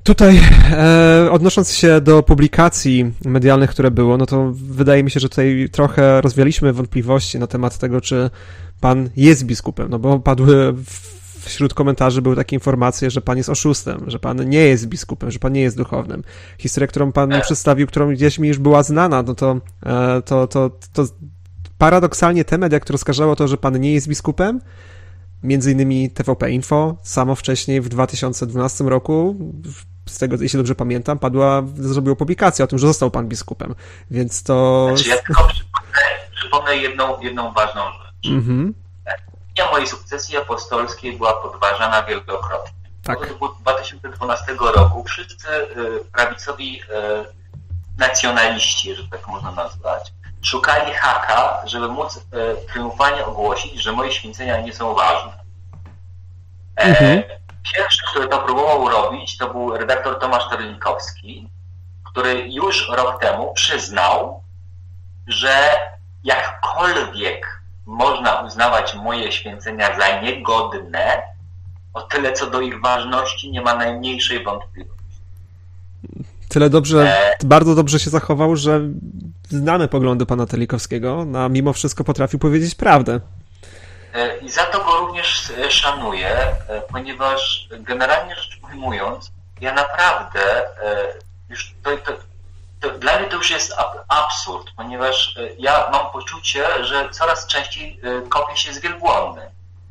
Tutaj e, odnosząc się do publikacji medialnych, które było, no to wydaje mi się, że tutaj trochę rozwialiśmy wątpliwości na temat tego, czy pan jest biskupem, no bo padły wśród komentarzy były takie informacje, że pan jest oszustem, że pan nie jest biskupem, że pan nie jest duchownym. Historia, którą pan przedstawił, którą gdzieś mi już była znana, no to, e, to, to, to paradoksalnie te media, które oskarżało to, że pan nie jest biskupem, między innymi T V P Info, samo wcześniej w dwa tysiące dwunastym roku, z tego, jeśli dobrze pamiętam, padła, zrobiło publikację o tym, że został pan biskupem, więc to... Znaczy, ja tylko przypomnę, przypomnę jedną, jedną ważną rzecz. Mm-hmm. Linia mojej sukcesji apostolskiej była podważana wielokrotnie. Tak. Od dwa tysiące dwunastego roku wszyscy prawicowi nacjonaliści, że tak można nazwać, szukali haka, żeby móc e, triumfalnie ogłosić, że moje święcenia nie są ważne. E, mhm. Pierwszy, który to próbował robić, to był redaktor Tomasz Terlikowski, który już rok temu przyznał, że jakkolwiek można uznawać moje święcenia za niegodne, o tyle co do ich ważności nie ma najmniejszej wątpliwości. Tyle dobrze, e... bardzo dobrze się zachował, że znamy poglądy pana Terlikowskiego, a mimo wszystko potrafił powiedzieć prawdę. E, I za to go również szanuję, e, ponieważ generalnie rzecz ujmując, ja naprawdę e, już to, to, to, dla mnie to już jest ab, absurd, ponieważ e, ja mam poczucie, że coraz częściej e, kopię się z wielbłądem.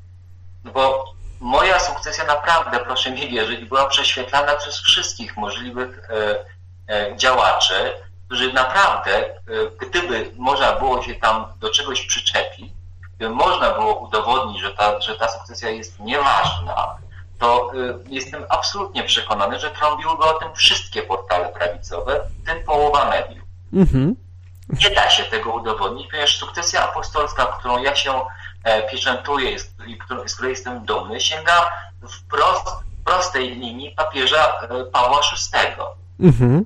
Bo moja sukcesja naprawdę, proszę mi wierzyć, była prześwietlana przez wszystkich możliwych e, e, działaczy, którzy naprawdę, e, gdyby można było się tam do czegoś przyczepić, gdyby można było udowodnić, że ta, że ta sukcesja jest nieważna, to e, jestem absolutnie przekonany, że trąbiły go o tym wszystkie portale prawicowe, w tym połowa mediów. Mm-hmm. Nie da się tego udowodnić, ponieważ sukcesja apostolska, którą ja się pieczętuję i z której jestem dumny, sięga wprost, w prostej linii papieża Pawła szóstego. Mhm.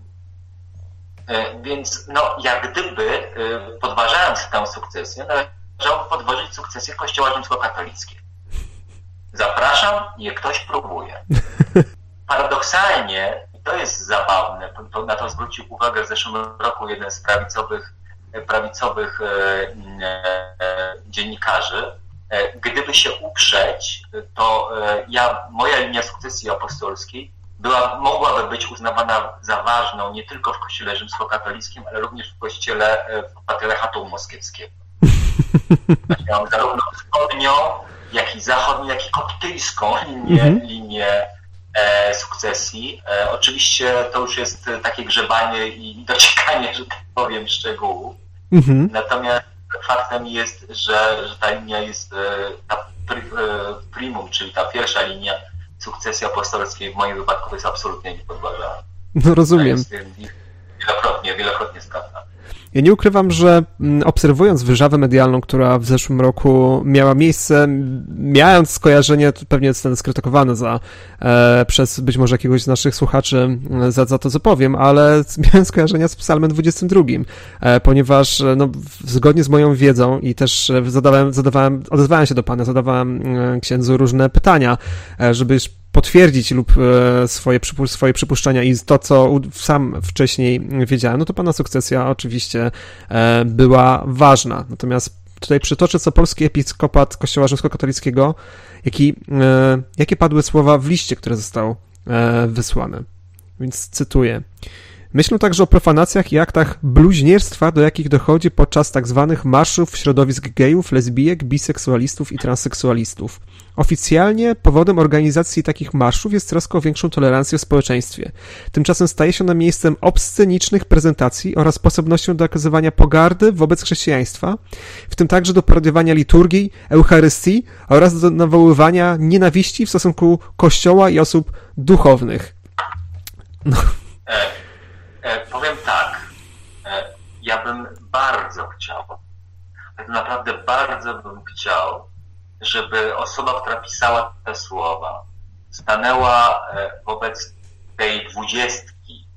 Więc no, jak gdyby, podważając tę sukcesję, należałoby podważyć sukcesję Kościoła rzymskokatolickiego. Zapraszam, niech ktoś próbuje. Paradoksalnie, i to jest zabawne, to, na to zwrócił uwagę w zeszłym roku jeden z prawicowych prawicowych e, e, dziennikarzy, e, gdyby się uprzeć, to e, ja, moja linia sukcesji apostolskiej była, mogłaby być uznawana za ważną nie tylko w kościele rzymskokatolickim, ale również w kościele e, patriarchatu moskiewskiego. Miałem zarówno wschodnią, jak i zachodnią, jak i koptyjską linię, mhm. linię e, sukcesji. E, oczywiście to już jest takie grzebanie i dociekanie, że tak powiem, szczegółów. Mhm. Natomiast faktem jest, że, że ta linia jest ta primum, czyli ta pierwsza linia sukcesji apostolskiej w moim wypadku to jest absolutnie niepodważalna. No rozumiem. Jest wielokrotnie, wielokrotnie sprawdzana. Ja nie ukrywam, że obserwując wyżawę medialną, która w zeszłym roku miała miejsce, miałem skojarzenie, pewnie zostanę skrytykowany za, e, przez być może jakiegoś z naszych słuchaczy za, za to, co powiem, ale miałem skojarzenia z Psalmem dwudziestym drugim, e, ponieważ no, zgodnie z moją wiedzą i też zadawałem, zadawałem, odezwałem się do pana, zadawałem księdzu różne pytania, e, żeby potwierdzić lub swoje, swoje przypuszczenia i to, co sam wcześniej wiedziałem, no to pana sukcesja oczywiście była ważna. Natomiast tutaj przytoczę, co polski episkopat Kościoła Rzymskokatolickiego, jaki, jakie padły słowa w liście, które został wysłany. Więc cytuję. Myślę także o profanacjach i aktach bluźnierstwa, do jakich dochodzi podczas tak zwanych marszów środowisk gejów, lesbijek, biseksualistów i transseksualistów. Oficjalnie powodem organizacji takich marszów jest troska o większą tolerancję w społeczeństwie. Tymczasem staje się ona miejscem obscenicznych prezentacji oraz sposobnością do okazywania pogardy wobec chrześcijaństwa, w tym także do parodiowania liturgii, Eucharystii oraz do nawoływania nienawiści w stosunku Kościoła i osób duchownych. No. Powiem tak, ja bym bardzo chciał, tak naprawdę bardzo bym chciał, żeby osoba, która pisała te słowa, stanęła wobec tej dwudziestki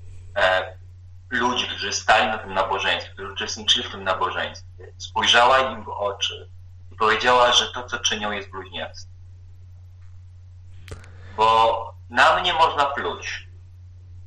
ludzi, którzy stali na tym nabożeństwie, którzy uczestniczyli w tym nabożeństwie, spojrzała im w oczy i powiedziała, że to, co czynią, jest bluźnierstwem. Bo na mnie można pluć.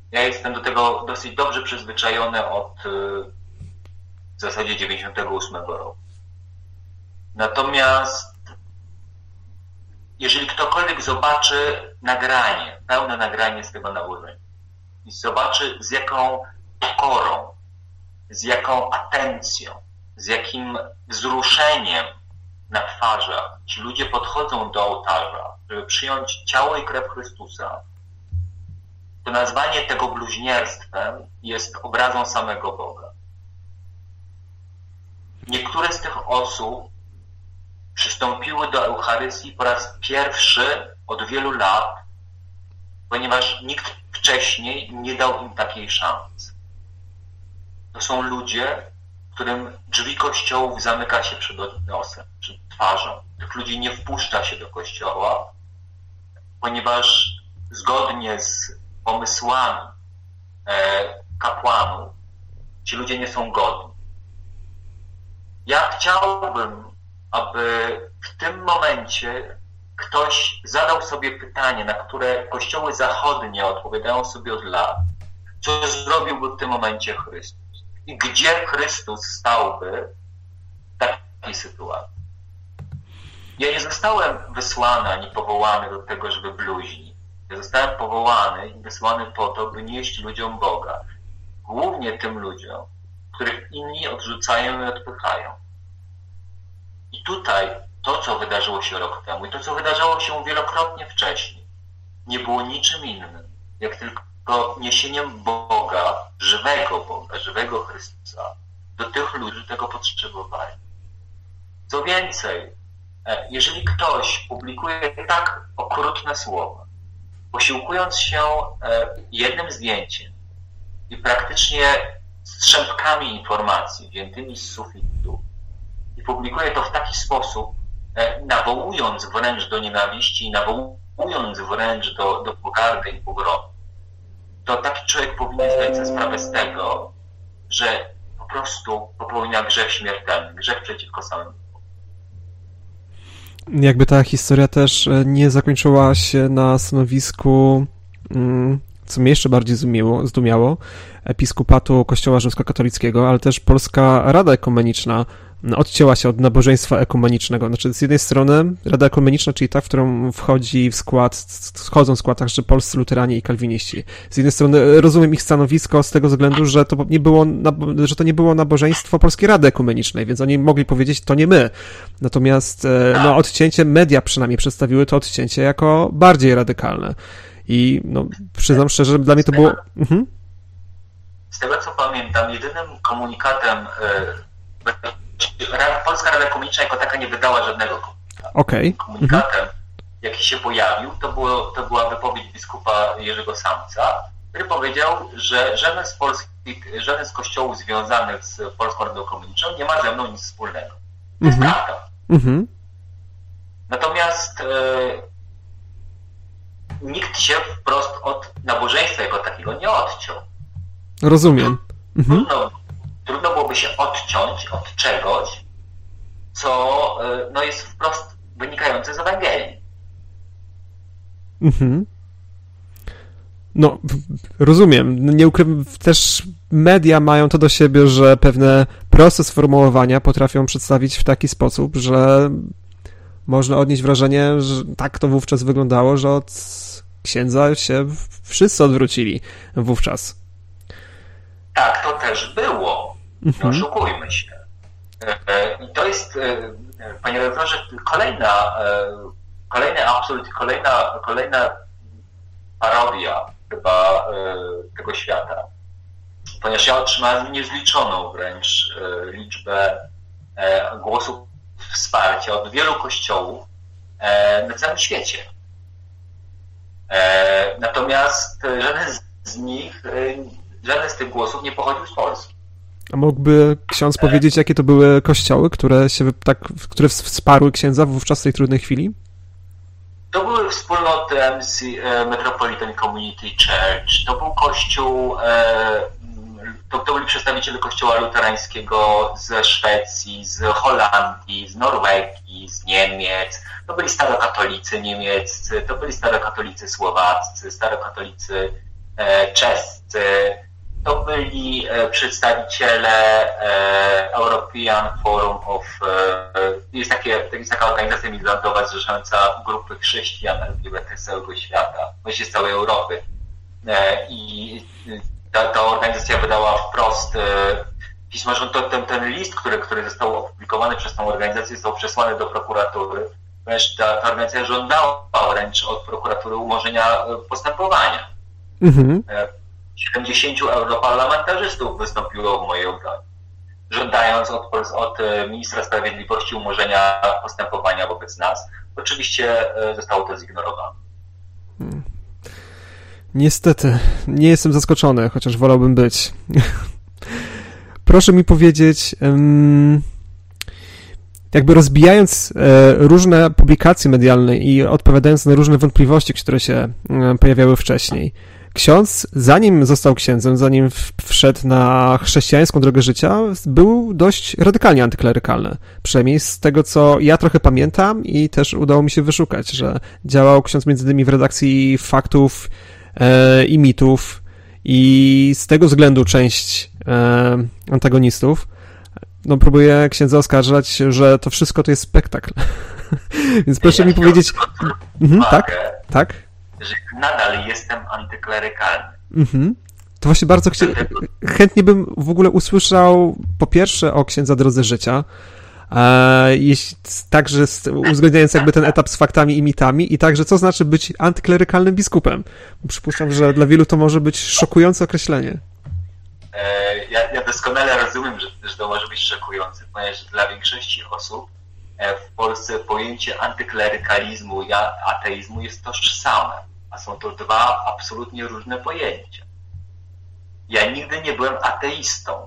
Ja jestem do tego dosyć dobrze przyzwyczajony od w zasadzie dziewięćdziesiątego ósmego roku. Natomiast jeżeli ktokolwiek zobaczy nagranie, pełne nagranie z tego nałożenia i zobaczy z jaką pokorą, z jaką atencją, z jakim wzruszeniem na twarzach ci ludzie podchodzą do ołtarza, żeby przyjąć ciało i krew Chrystusa, to nazwanie tego bluźnierstwem jest obrazą samego Boga. Niektóre z tych osób przystąpiły do Eucharystii po raz pierwszy od wielu lat, ponieważ nikt wcześniej nie dał im takiej szansy. To są ludzie, którym drzwi kościołów zamyka się przed nosem, przed twarzą. Tych ludzi nie wpuszcza się do kościoła, ponieważ zgodnie z pomysłami kapłanów ci ludzie nie są godni. Ja chciałbym, aby w tym momencie ktoś zadał sobie pytanie, na które kościoły zachodnie odpowiadają sobie od lat, co zrobiłby w tym momencie Chrystus i gdzie Chrystus stałby w takiej sytuacji. Ja nie zostałem wysłany ani powołany do tego, żeby bluźnić. Ja zostałem powołany i wysłany po to, by nieść ludziom Boga. Głównie tym ludziom, których inni odrzucają i odpychają. I tutaj to, co wydarzyło się rok temu i to, co wydarzało się wielokrotnie wcześniej, nie było niczym innym, jak tylko niesieniem Boga, żywego Boga, żywego Chrystusa do tych ludzi, którzy tego potrzebowali. Co więcej, jeżeli ktoś publikuje tak okrutne słowa, posiłkując się jednym zdjęciem i praktycznie strzępkami informacji wziętymi z sufitu i publikuje to w taki sposób, nawołując wręcz do nienawiści i nawołując wręcz do, do pogardy i pogromu, to taki człowiek powinien zdać sobie sprawę z tego, że po prostu popełnia grzech śmiertelny, grzech przeciwko samemu. Jakby ta historia też nie zakończyła się na stanowisku, co mnie jeszcze bardziej zdumiało, zdumiało, episkopatu Kościoła Rzymskokatolickiego, ale też Polska Rada Ekumeniczna odcięła się od nabożeństwa ekumenicznego. Znaczy, z jednej strony Rada Ekumeniczna, czyli ta, w którą wchodzi w skład, wchodzą w skład także polscy luteranie i kalwiniści. Z jednej strony rozumiem ich stanowisko z tego względu, że to nie było, że to nie było nabożeństwo Polskiej Rady Ekumenicznej, więc oni mogli powiedzieć, to nie my. Natomiast no, odcięcie, media przynajmniej przedstawiły to odcięcie jako bardziej radykalne. I no, przyznam szczerze, że dla mnie to było... Mhm. Z tego, co pamiętam, jedynym komunikatem Polska Rada Ekumeniczna jako taka nie wydała żadnego komunikatu. Okay. Komunikatem, mhm. jaki się pojawił, to, było, to była wypowiedź biskupa Jerzego Samca, który powiedział, że żaden z, polskich, żaden z kościołów związanych z Polską Radą Ekumeniczną nie ma ze mną nic wspólnego. To jest mhm. prawda. Mhm. Natomiast e, nikt się wprost od nabożeństwa jako takiego nie odciął. Rozumiem. Mhm. Trudno, trudno byłoby się odciąć od czegoś, co no, jest wprost wynikające z Ewangelii. Mhm. No, rozumiem. Nie ukrywam, też media mają to do siebie, że pewne proste sformułowania potrafią przedstawić w taki sposób, że można odnieść wrażenie, że tak to wówczas wyglądało, że od księdza się wszyscy odwrócili wówczas. Tak, to też było. Nie mhm. oszukujmy się. I to jest, panie redaktorze, kolejna, kolejny absurd, kolejna, kolejna parodia chyba tego świata. Ponieważ ja otrzymałem niezliczoną wręcz liczbę głosów wsparcia od wielu kościołów na całym świecie. Natomiast żaden z nich, żaden z tych głosów nie pochodził z Polski. A mógłby ksiądz powiedzieć, jakie to były kościoły, które się tak, które wsparły księdza wówczas w tej trudnej chwili? To były wspólnoty M C, Metropolitan Community Church, to był kościół, to, to byli przedstawiciele kościoła luterańskiego ze Szwecji, z Holandii, z Norwegii, z Niemiec, to byli starokatolicy niemieccy, to byli starokatolicy słowaccy, starokatolicy czescy, to byli przedstawiciele European Forum of, jest, takie, jest taka organizacja międzynarodowa zrzeszająca grupy chrześcijan L G B T z całego świata, właściwie z całej Europy. I ta, ta organizacja wydała wprost pismo, że to, ten, ten list, który, który został opublikowany przez tą organizację, został przesłany do prokuratury. Wręcz ta, ta organizacja żądała wręcz od prokuratury umorzenia postępowania. Mhm. siedemdziesięciu europarlamentarzystów wystąpiło w mojej obronie, żądając od, od ministra sprawiedliwości umorzenia postępowania wobec nas. Oczywiście zostało to zignorowane. Hmm. Niestety, nie jestem zaskoczony, chociaż wolałbym być. Proszę mi powiedzieć, jakby rozbijając różne publikacje medialne i odpowiadając na różne wątpliwości, które się pojawiały wcześniej, ksiądz, zanim został księdzem, zanim wszedł na chrześcijańską drogę życia, był dość radykalnie antyklerykalny. Przynajmniej z tego, co ja trochę pamiętam i też udało mi się wyszukać, że działał ksiądz między innymi w redakcji Faktów e, i Mitów i z tego względu część e, antagonistów no, próbuje księdza oskarżać, że to wszystko to jest spektakl. Więc proszę ja mi powiedzieć... Mhm, tak? Tak? Że nadal jestem antyklerykalny. Mhm. To właśnie bardzo chcia... chętnie bym w ogóle usłyszał po pierwsze o księdza drodze życia, e, jeśli, także z, uwzględniając jakby ten etap z faktami i mitami i także co znaczy być antyklerykalnym biskupem. Przypuszczam, że dla wielu to może być szokujące określenie. E, ja, ja doskonale rozumiem, że, że to może być szokujące, ponieważ dla większości osób w Polsce pojęcie antyklerykalizmu i ateizmu jest tożsame, a są to dwa absolutnie różne pojęcia. Ja nigdy nie byłem ateistą.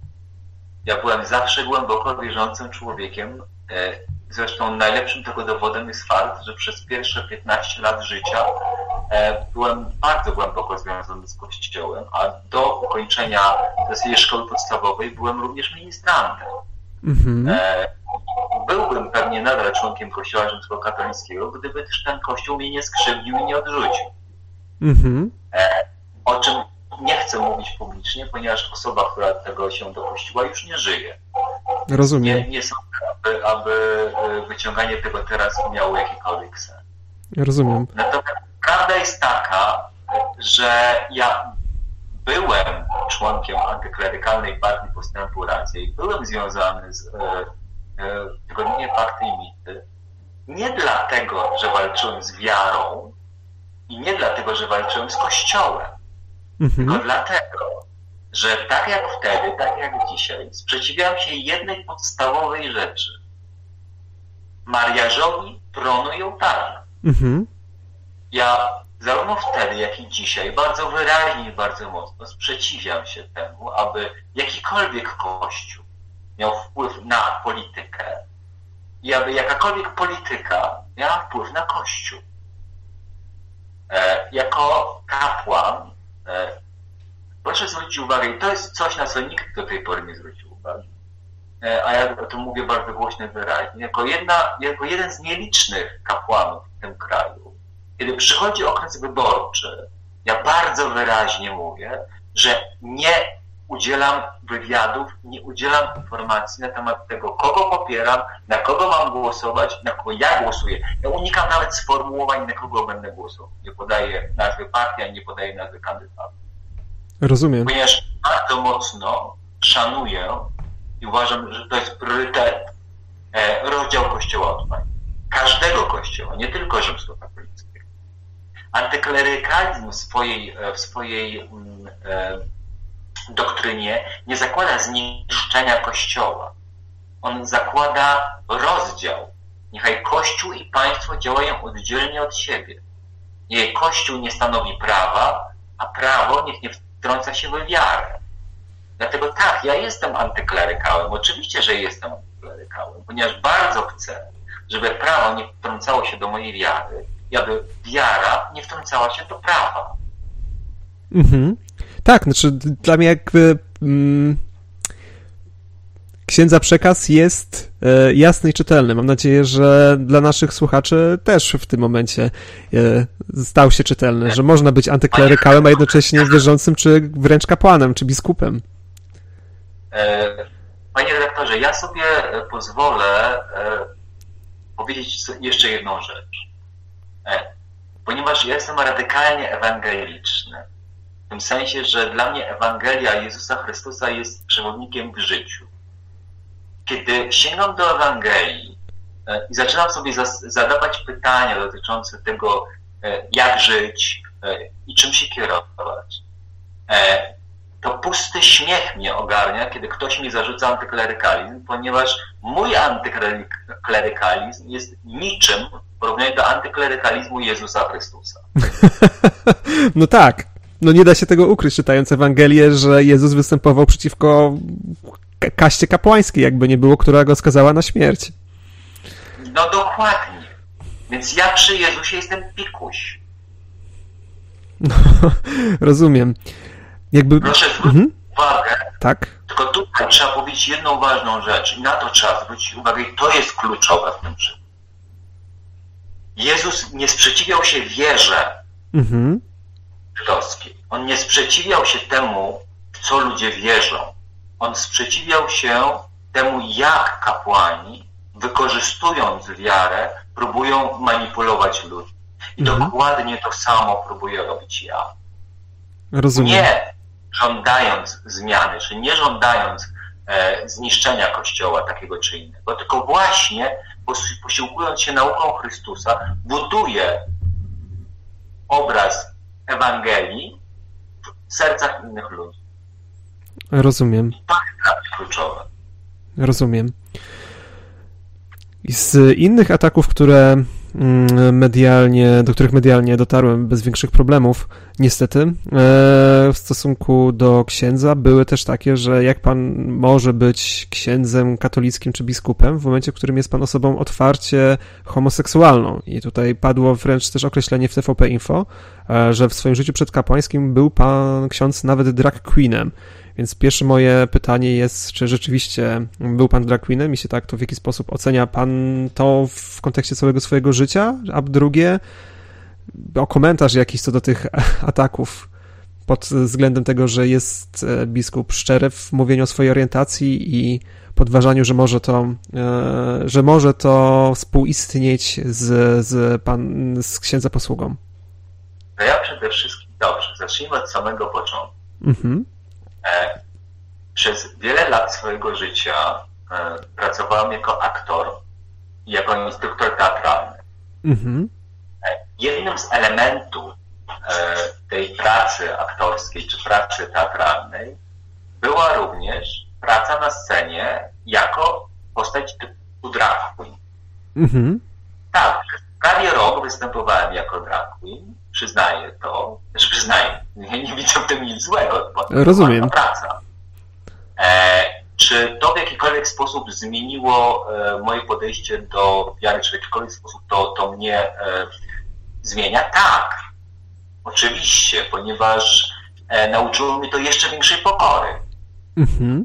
Ja byłem zawsze głęboko wierzącym człowiekiem. Zresztą najlepszym tego dowodem jest fakt, że przez pierwsze piętnaście lat życia byłem bardzo głęboko związany z Kościołem, a do ukończenia tej szkoły podstawowej byłem również ministrantem. Mhm. Byłbym pewnie nadal członkiem Kościoła rzymskokatolickiego, gdyby też ten Kościół mnie nie skrzywdził i nie odrzucił. Mhm. O czym nie chcę mówić publicznie, ponieważ osoba, która tego się dopuściła, już nie żyje. Rozumiem. Nie, nie sądzę, aby, aby wyciąganie tego teraz miało jakikolwiek sens. Rozumiem. Natomiast prawda jest taka, że ja byłem członkiem antyklerykalnej partii Postępu Racja i byłem związany z tygodnikiem Fakty i Mity nie dlatego, że walczyłem z wiarą i nie dlatego, że walczyłem z Kościołem, mhm. tylko dlatego, że tak jak wtedy, tak jak dzisiaj sprzeciwiałem się jednej podstawowej rzeczy: mariażowi tronu i ołtarza. Mhm. Ja zarówno wtedy, jak i dzisiaj bardzo wyraźnie i bardzo mocno sprzeciwiam się temu, aby jakikolwiek Kościół miał wpływ na politykę i aby jakakolwiek polityka miała wpływ na Kościół. E, jako kapłan e, proszę zwrócić uwagę, i to jest coś, na co nikt do tej pory nie zwrócił uwagi, e, a ja o tym mówię bardzo głośno i wyraźnie, jako, jedna, jako jeden z nielicznych kapłanów w tym kraju, kiedy przychodzi okres wyborczy, ja bardzo wyraźnie mówię, że nie udzielam wywiadów, nie udzielam informacji na temat tego, kogo popieram, na kogo mam głosować, na kogo ja głosuję. Ja unikam nawet sformułowań, na kogo będę głosował. Nie podaję nazwy partii, ani nie podaję nazwy kandydata. Rozumiem. Ponieważ bardzo mocno szanuję i uważam, że to jest priorytet e, rozdział Kościoła od państwa. Każdego Kościoła, nie tylko rzymskokatolickiego. Antyklerykalizm w swojej, w swojej e, doktrynie nie zakłada zniszczenia Kościoła. On zakłada rozdział. Niechaj Kościół i państwo działają oddzielnie od siebie. Niech Kościół nie stanowi prawa, a prawo niech nie wtrąca się w wiarę. Dlatego tak, ja jestem antyklerykałem. Oczywiście, że jestem antyklerykałem, ponieważ bardzo chcę, żeby prawo nie wtrącało się do mojej wiary i aby wiara nie wtrącała się do prawa. Mhm. Tak, znaczy dla mnie jakby mm, księdza przekaz jest e, jasny i czytelny. Mam nadzieję, że dla naszych słuchaczy też w tym momencie e, stał się czytelny, że można być antyklerykałem, a jednocześnie wierzącym, czy wręcz kapłanem, czy biskupem. Panie redaktorze, ja sobie pozwolę powiedzieć jeszcze jedną rzecz. Ponieważ ja jestem radykalnie ewangeliczny. W tym sensie, że dla mnie Ewangelia Jezusa Chrystusa jest przewodnikiem w życiu. Kiedy sięgam do Ewangelii i zaczynam sobie zadawać pytania dotyczące tego, jak żyć i czym się kierować, to pusty śmiech mnie ogarnia, kiedy ktoś mi zarzuca antyklerykalizm, ponieważ mój antyklerykalizm jest niczym w porównaniu do antyklerykalizmu Jezusa Chrystusa. No tak. No nie da się tego ukryć, czytając Ewangelię, że Jezus występował przeciwko kaście kapłańskiej, jakby nie było, która go skazała na śmierć. No dokładnie. Więc ja przy Jezusie jestem pikuś. No, rozumiem. Jakby... Proszę zwrócić mhm. uwagę, tak. tylko tutaj trzeba powiedzieć jedną ważną rzecz i na to trzeba zwrócić uwagę i to jest kluczowe w tym przypadku. Jezus nie sprzeciwiał się wierze mhm. żydowskiej. On nie sprzeciwiał się temu, w co ludzie wierzą. On sprzeciwiał się temu, jak kapłani, wykorzystując wiarę, próbują manipulować ludźmi. I mhm. dokładnie to samo próbuję robić ja. Rozumiem. Nie żądając zmiany, czy nie żądając e, zniszczenia Kościoła takiego czy innego, tylko właśnie posiłkując się nauką Chrystusa, buduje obraz Ewangelii w sercach innych ludzi. Rozumiem. I to jest kluczowe. Rozumiem. I z innych ataków, które medialnie, do których medialnie dotarłem bez większych problemów, niestety, w stosunku do księdza były też takie, że jak pan może być księdzem katolickim czy biskupem w momencie, w którym jest pan osobą otwarcie homoseksualną. I tutaj padło wręcz też określenie w T V P Info, że w swoim życiu przedkapłańskim był pan ksiądz nawet drag queenem. Więc pierwsze moje pytanie jest, czy rzeczywiście był pan drag queenem? Jeśli tak, to w jaki sposób ocenia pan to w kontekście całego swojego życia? A drugie, o komentarz jakiś co do tych ataków pod względem tego, że jest biskup szczery w mówieniu o swojej orientacji i podważaniu, że może to, że może to współistnieć z, z, pan, z księdza posługą. No ja przede wszystkim, dobrze, zacznijmy od samego początku. Mhm. Przez wiele lat swojego życia pracowałem jako aktor i jako instruktor teatralny. Mhm. Jednym z elementów tej pracy aktorskiej czy pracy teatralnej była również praca na scenie jako postać typu drag queen. Mhm. Tak, prawie rok występowałem jako drag queen, przyznaję to, też przyznaję, nie, nie widzę w tym nic złego, bo rozumiem. To praca. E, czy to w jakikolwiek sposób zmieniło e, moje podejście do wiary, czy w jakikolwiek sposób to, to mnie e, zmienia? Tak, oczywiście, ponieważ e, nauczyło mnie to jeszcze większej pokory. Mhm.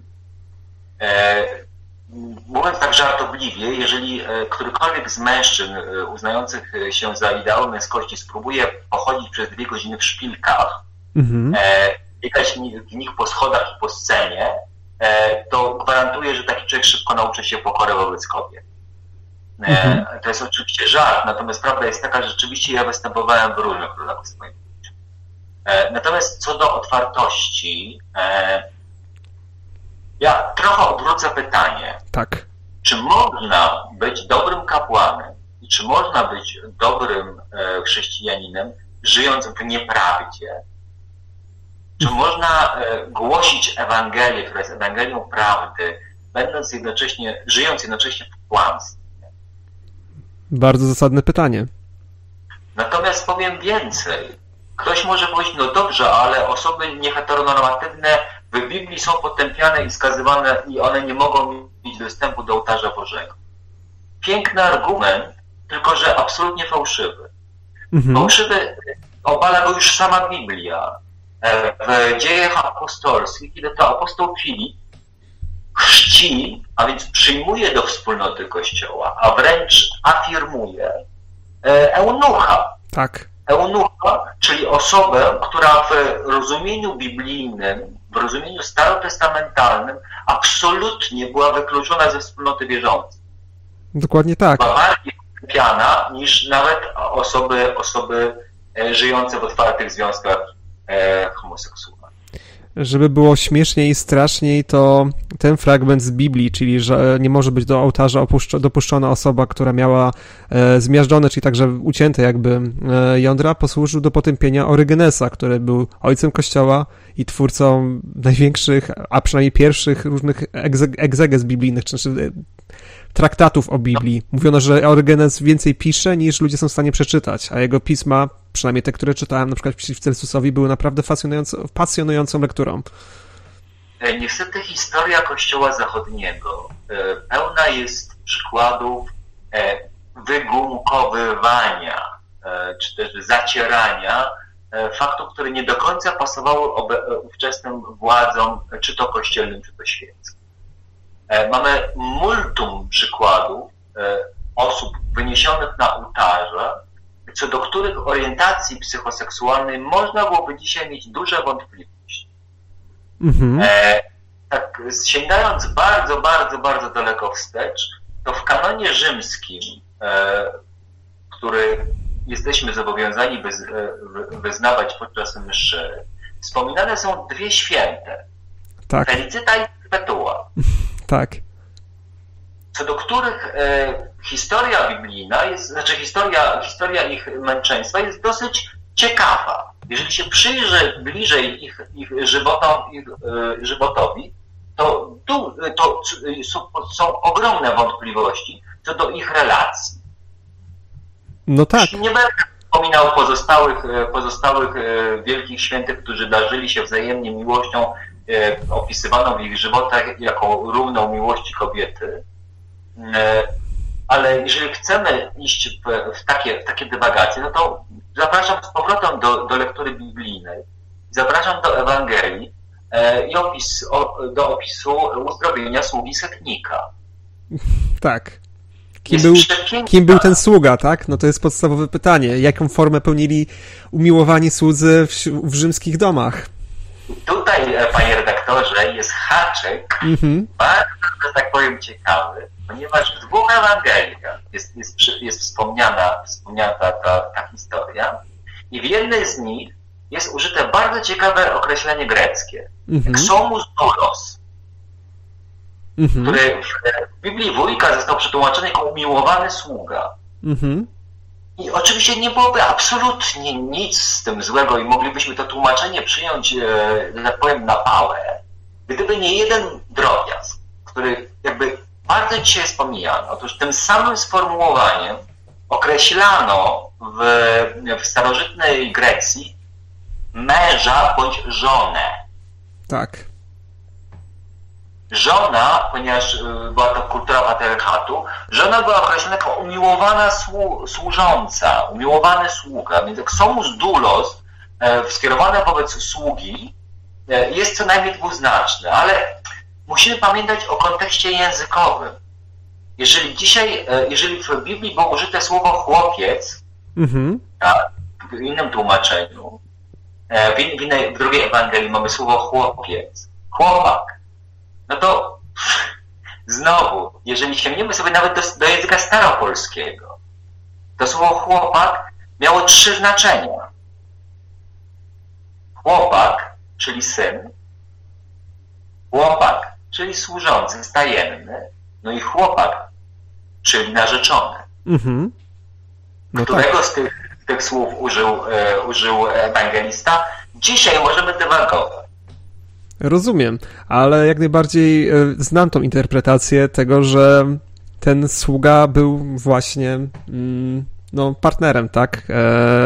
E, mówiąc tak żartobliwie, jeżeli e, którykolwiek z mężczyzn e, uznających się za ideały męskości spróbuje pochodzić przez dwie godziny w szpilkach, mhm. e, biegać w nich po schodach i po scenie, to gwarantuję, że taki człowiek szybko nauczy się pokory wobec kobiet. Mhm. To jest oczywiście żart, natomiast prawda jest taka, że rzeczywiście ja występowałem w różnych rolach w swoim życiu. Natomiast co do otwartości, ja trochę odwrócę pytanie. Tak. Czy można być dobrym kapłanem i czy można być dobrym chrześcijaninem, żyjąc w nieprawdzie? Czy można e, głosić Ewangelię, która jest Ewangelią prawdy, będąc jednocześnie, żyjąc jednocześnie w kłamstwie? Bardzo zasadne pytanie. Natomiast powiem więcej. Ktoś może powiedzieć, no dobrze, ale osoby nieheteronormatywne w Biblii są potępiane i skazywane i one nie mogą mieć dostępu do ołtarza Bożego. Piękny argument, tylko że absolutnie fałszywy. Mhm. Fałszywy, obala go już sama Biblia. W Dziejach Apostolskich, kiedy to apostoł Filip chrzci, a więc przyjmuje do wspólnoty Kościoła, a wręcz afirmuje eunucha. Tak. Eunucha, czyli osobę, która w rozumieniu biblijnym, w rozumieniu starotestamentalnym absolutnie była wykluczona ze wspólnoty wierzącej. Dokładnie tak. Była bardziej potępiana niż nawet osoby, osoby żyjące w otwartych związkach e, homoseksualnych. Żeby było śmieszniej i straszniej, to ten fragment z Biblii, czyli że nie może być do ołtarza opuszczo- dopuszczona osoba, która miała e, zmiażdżone, czyli także ucięte jakby e, jądra, posłużył do potępienia Orygenesa, który był ojcem Kościoła i twórcą największych, a przynajmniej pierwszych różnych egze- egzeges biblijnych, czy znaczy traktatów o Biblii. Mówiono, że Orygenes więcej pisze, niż ludzie są w stanie przeczytać, a jego pisma, przynajmniej te, które czytałem na przykład przeciw Celsusowi, były naprawdę fascynującą, pasjonującą lekturą. Niestety historia Kościoła Zachodniego pełna jest przykładów wygumkowywania, czy też zacierania faktów, które nie do końca pasowały ówczesnym władzom, czy to kościelnym, czy to świeckim. Mamy multum przykładów osób wyniesionych na ołtarze, co do których orientacji psychoseksualnej można byłoby dzisiaj mieć duże wątpliwości. Mhm. E, tak, sięgając bardzo, bardzo, bardzo daleko wstecz, to w kanonie rzymskim, e, który jesteśmy zobowiązani wyz, e, wyznawać podczas mszy, wspominane są dwie święte. Tak. Felicyta i Perpetua. Tak. Co do których e, historia biblijna jest, znaczy historia, historia ich męczeństwa jest dosyć ciekawa. Jeżeli się przyjrzy bliżej ich, ich, żywotom, ich e, żywotowi, to, tu, to są, są ogromne wątpliwości co do ich relacji. No tak. Nie będę wspominał pozostałych, pozostałych wielkich świętych, którzy darzyli się wzajemnie miłością, opisywaną w ich żywotach jako równą miłości kobiety. Ale jeżeli chcemy iść w, w, takie, w takie dywagacje, no to zapraszam z powrotem do, do lektury biblijnej, zapraszam do Ewangelii i opis, o, do opisu uzdrowienia sługi setnika. Tak. Kim był, kim był ten sługa, tak? No to jest podstawowe pytanie. Jaką formę pełnili umiłowani słudzy w, w rzymskich domach? Tutaj, panie redaktorze, jest haczyk, mm-hmm. bardzo, że tak powiem, ciekawy, ponieważ w dwóch Ewangeliach jest, jest, jest wspomniana, wspomniana ta, ta, ta historia i w jednej z nich jest użyte bardzo ciekawe określenie greckie. Mm-hmm. Exomus doulos, mm-hmm. który w Biblii Wójka został przetłumaczony jako umiłowany sługa. Mm-hmm. I oczywiście nie byłoby absolutnie nic z tym złego i moglibyśmy to tłumaczenie przyjąć, że tak powiem, na pałę, gdyby nie jeden drobiazg, który jakby bardzo dzisiaj jest pomijany. Otóż tym samym sformułowaniem określano w, w starożytnej Grecji męża bądź żonę. Tak. Żona, ponieważ była to kultura patriarchatu, żona była określona jako umiłowana słu- służąca, umiłowany sługa. Więc exomus doulos e, skierowane wobec sługi e, jest co najmniej dwuznaczne, ale musimy pamiętać o kontekście językowym. Jeżeli dzisiaj, e, jeżeli w Biblii było użyte słowo chłopiec, mm-hmm. tak, w innym tłumaczeniu, e, w, in, w, innej, w drugiej Ewangelii mamy słowo chłopiec, chłopak, no to znowu, jeżeli sięgniemy sobie nawet do, do języka staropolskiego, to słowo chłopak miało trzy znaczenia. Chłopak, czyli syn, chłopak, czyli służący, stajenny, no i chłopak, czyli narzeczony. Mm-hmm. No Którego tak. z, tych, z tych słów użył, e, użył ewangelista? Dzisiaj możemy dywagować. Rozumiem, ale jak najbardziej znam tą interpretację tego, że ten sługa był właśnie no, partnerem, tak? E,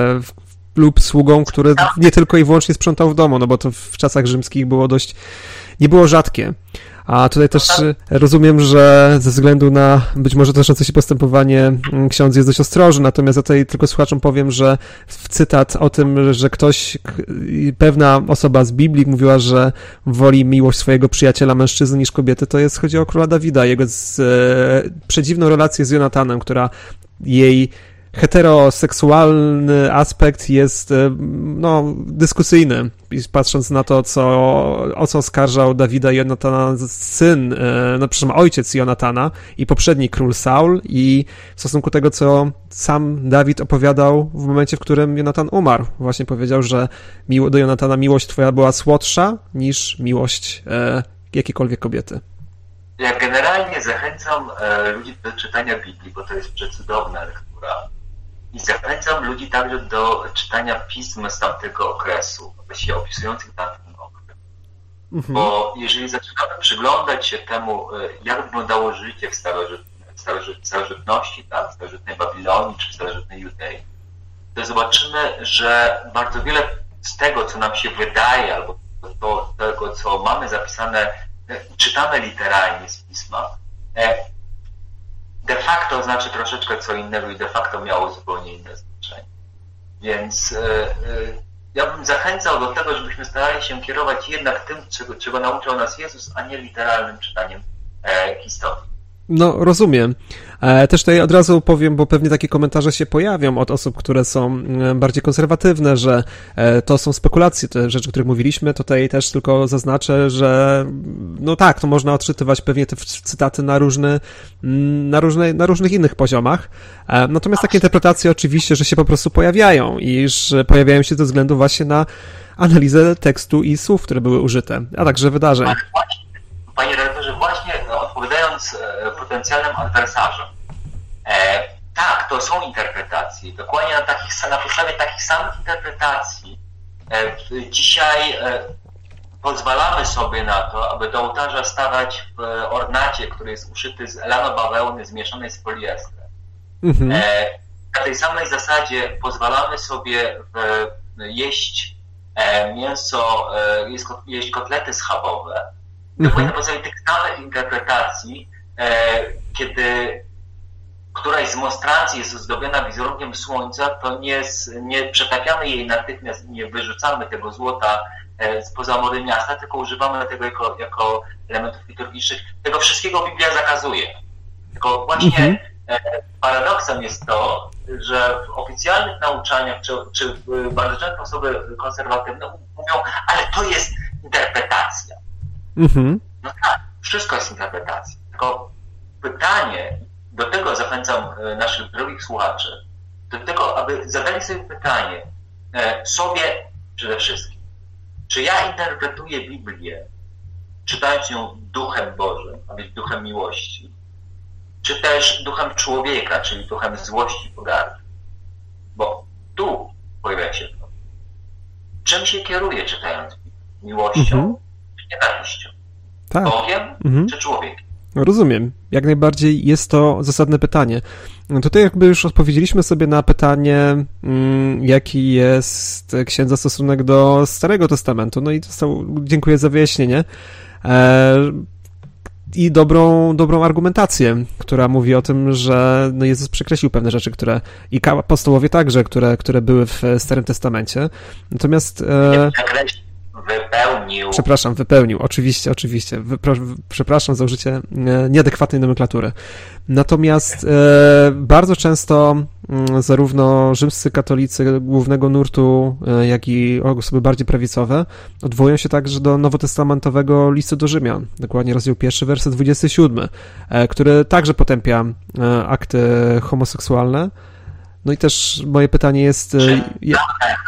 lub sługą, który nie tylko i wyłącznie sprzątał w domu, no bo to w czasach rzymskich było dość nie było rzadkie. A tutaj też rozumiem, że ze względu na być może toczące się postępowanie ksiądz jest dość ostrożny, natomiast ja tutaj tylko słuchaczom powiem, że cytat o tym, że ktoś, pewna osoba z Biblii mówiła, że woli miłość swojego przyjaciela mężczyzny niż kobiety, to jest, chodzi o króla Dawida, jego z, e, przedziwną relację z Jonatanem, która jej heteroseksualny aspekt jest no, dyskusyjny, patrząc na to, co, o co oskarżał Dawida i Jonatana syn, no przepraszam, ojciec Jonatana i poprzedni król Saul i w stosunku do tego, co sam Dawid opowiadał w momencie, w którym Jonatan umarł. Właśnie powiedział, że miło, do Jonatana miłość twoja była słodsza niż miłość e, jakiejkolwiek kobiety. Ja generalnie zachęcam e, ludzi do czytania Biblii, bo to jest przecudowna lektura. I zachęcam ludzi także do czytania pism z tamtego okresu, właściwie opisujących tamten okres. Mhm. Bo jeżeli zaczynamy przyglądać się temu, jak wyglądało życie w starożytnej, w starożyt, starożytności, tak, w starożytnej Babilonii czy w starożytnej Judei, to zobaczymy, że bardzo wiele z tego, co nam się wydaje, albo to, tego, co mamy zapisane, czytamy literalnie z pisma, de facto znaczy troszeczkę co innego i de facto miało zupełnie inne znaczenie. Więc yy, yy, ja bym zachęcał do tego, żebyśmy starali się kierować jednak tym, czego, czego nauczył nas Jezus, a nie literalnym czytaniem e, historii. No, rozumiem. E, też tutaj od razu powiem, bo pewnie takie komentarze się pojawią od osób, które są bardziej konserwatywne, że e, to są spekulacje, te rzeczy, o których mówiliśmy. Tutaj też tylko zaznaczę, że no tak, to można odczytywać pewnie te cytaty na różny, na różne, na różnych innych poziomach. E, natomiast takie interpretacje oczywiście, że się po prostu pojawiają i że pojawiają się ze względu właśnie na analizę tekstu i słów, które były użyte, a także wydarzeń. Panie redaktorze, właśnie odpowiadając e, potencjalnym adwersarzom, e, tak, to są interpretacje. Dokładnie na, takich, na podstawie takich samych interpretacji e, dzisiaj e, pozwalamy sobie na to, aby do ołtarza stawać w ornacie, który jest uszyty z elano bawełny zmieszanej z poliestrem. Mhm. E, na tej samej zasadzie pozwalamy sobie w, jeść e, mięso, e, jeść, jeść kotlety schabowe. Dokładnie na podstawie tych samych interpretacji, e, kiedy któraś z monstrancji jest ozdobiona wizerunkiem słońca, to nie, nie przetapiamy jej natychmiast, nie wyrzucamy tego złota e, spoza mury miasta, tylko używamy tego jako, jako elementów liturgicznych. Tego wszystkiego Biblia zakazuje. Tylko właśnie mhm. e, paradoksem jest to, że w oficjalnych nauczaniach, czy, czy bardzo często osoby konserwatywne mówią, ale to jest interpretacja. Mhm. No tak, wszystko jest interpretacja. Tylko pytanie, do tego zachęcam naszych drogich słuchaczy, do tego, aby zadali sobie pytanie sobie przede wszystkim, czy ja interpretuję Biblię, czytając ją duchem Bożym, a więc duchem miłości, czy też duchem człowieka, czyli duchem złości i pogardy. Bo tu pojawia się to. Czym się kieruje czytając Biblię? Miłością? Mhm. Nienawiścią. Tak. Bogiem mhm. czy człowiekiem? Rozumiem. Jak najbardziej jest to zasadne pytanie. Tutaj jakby już odpowiedzieliśmy sobie na pytanie, jaki jest księdza stosunek do Starego Testamentu. No i to dziękuję za wyjaśnienie. I dobrą, dobrą argumentację, która mówi o tym, że no Jezus przekreślił pewne rzeczy, które i apostołowie także, które, które były w Starym Testamencie. Natomiast... Nie przekreślił. Wypełnił. Przepraszam, wypełnił. Oczywiście, oczywiście. Wypro- przepraszam za użycie e, nieadekwatnej nomenklatury. Natomiast e, bardzo często m, zarówno rzymscy katolicy głównego nurtu, e, jak i osoby bardziej prawicowe odwołują się także do nowotestamentowego listu do Rzymian. Dokładnie rozdział pierwszy, werset dwudziesty siódmy, e, który także potępia e, akty homoseksualne. No i też moje pytanie jest... E, ja,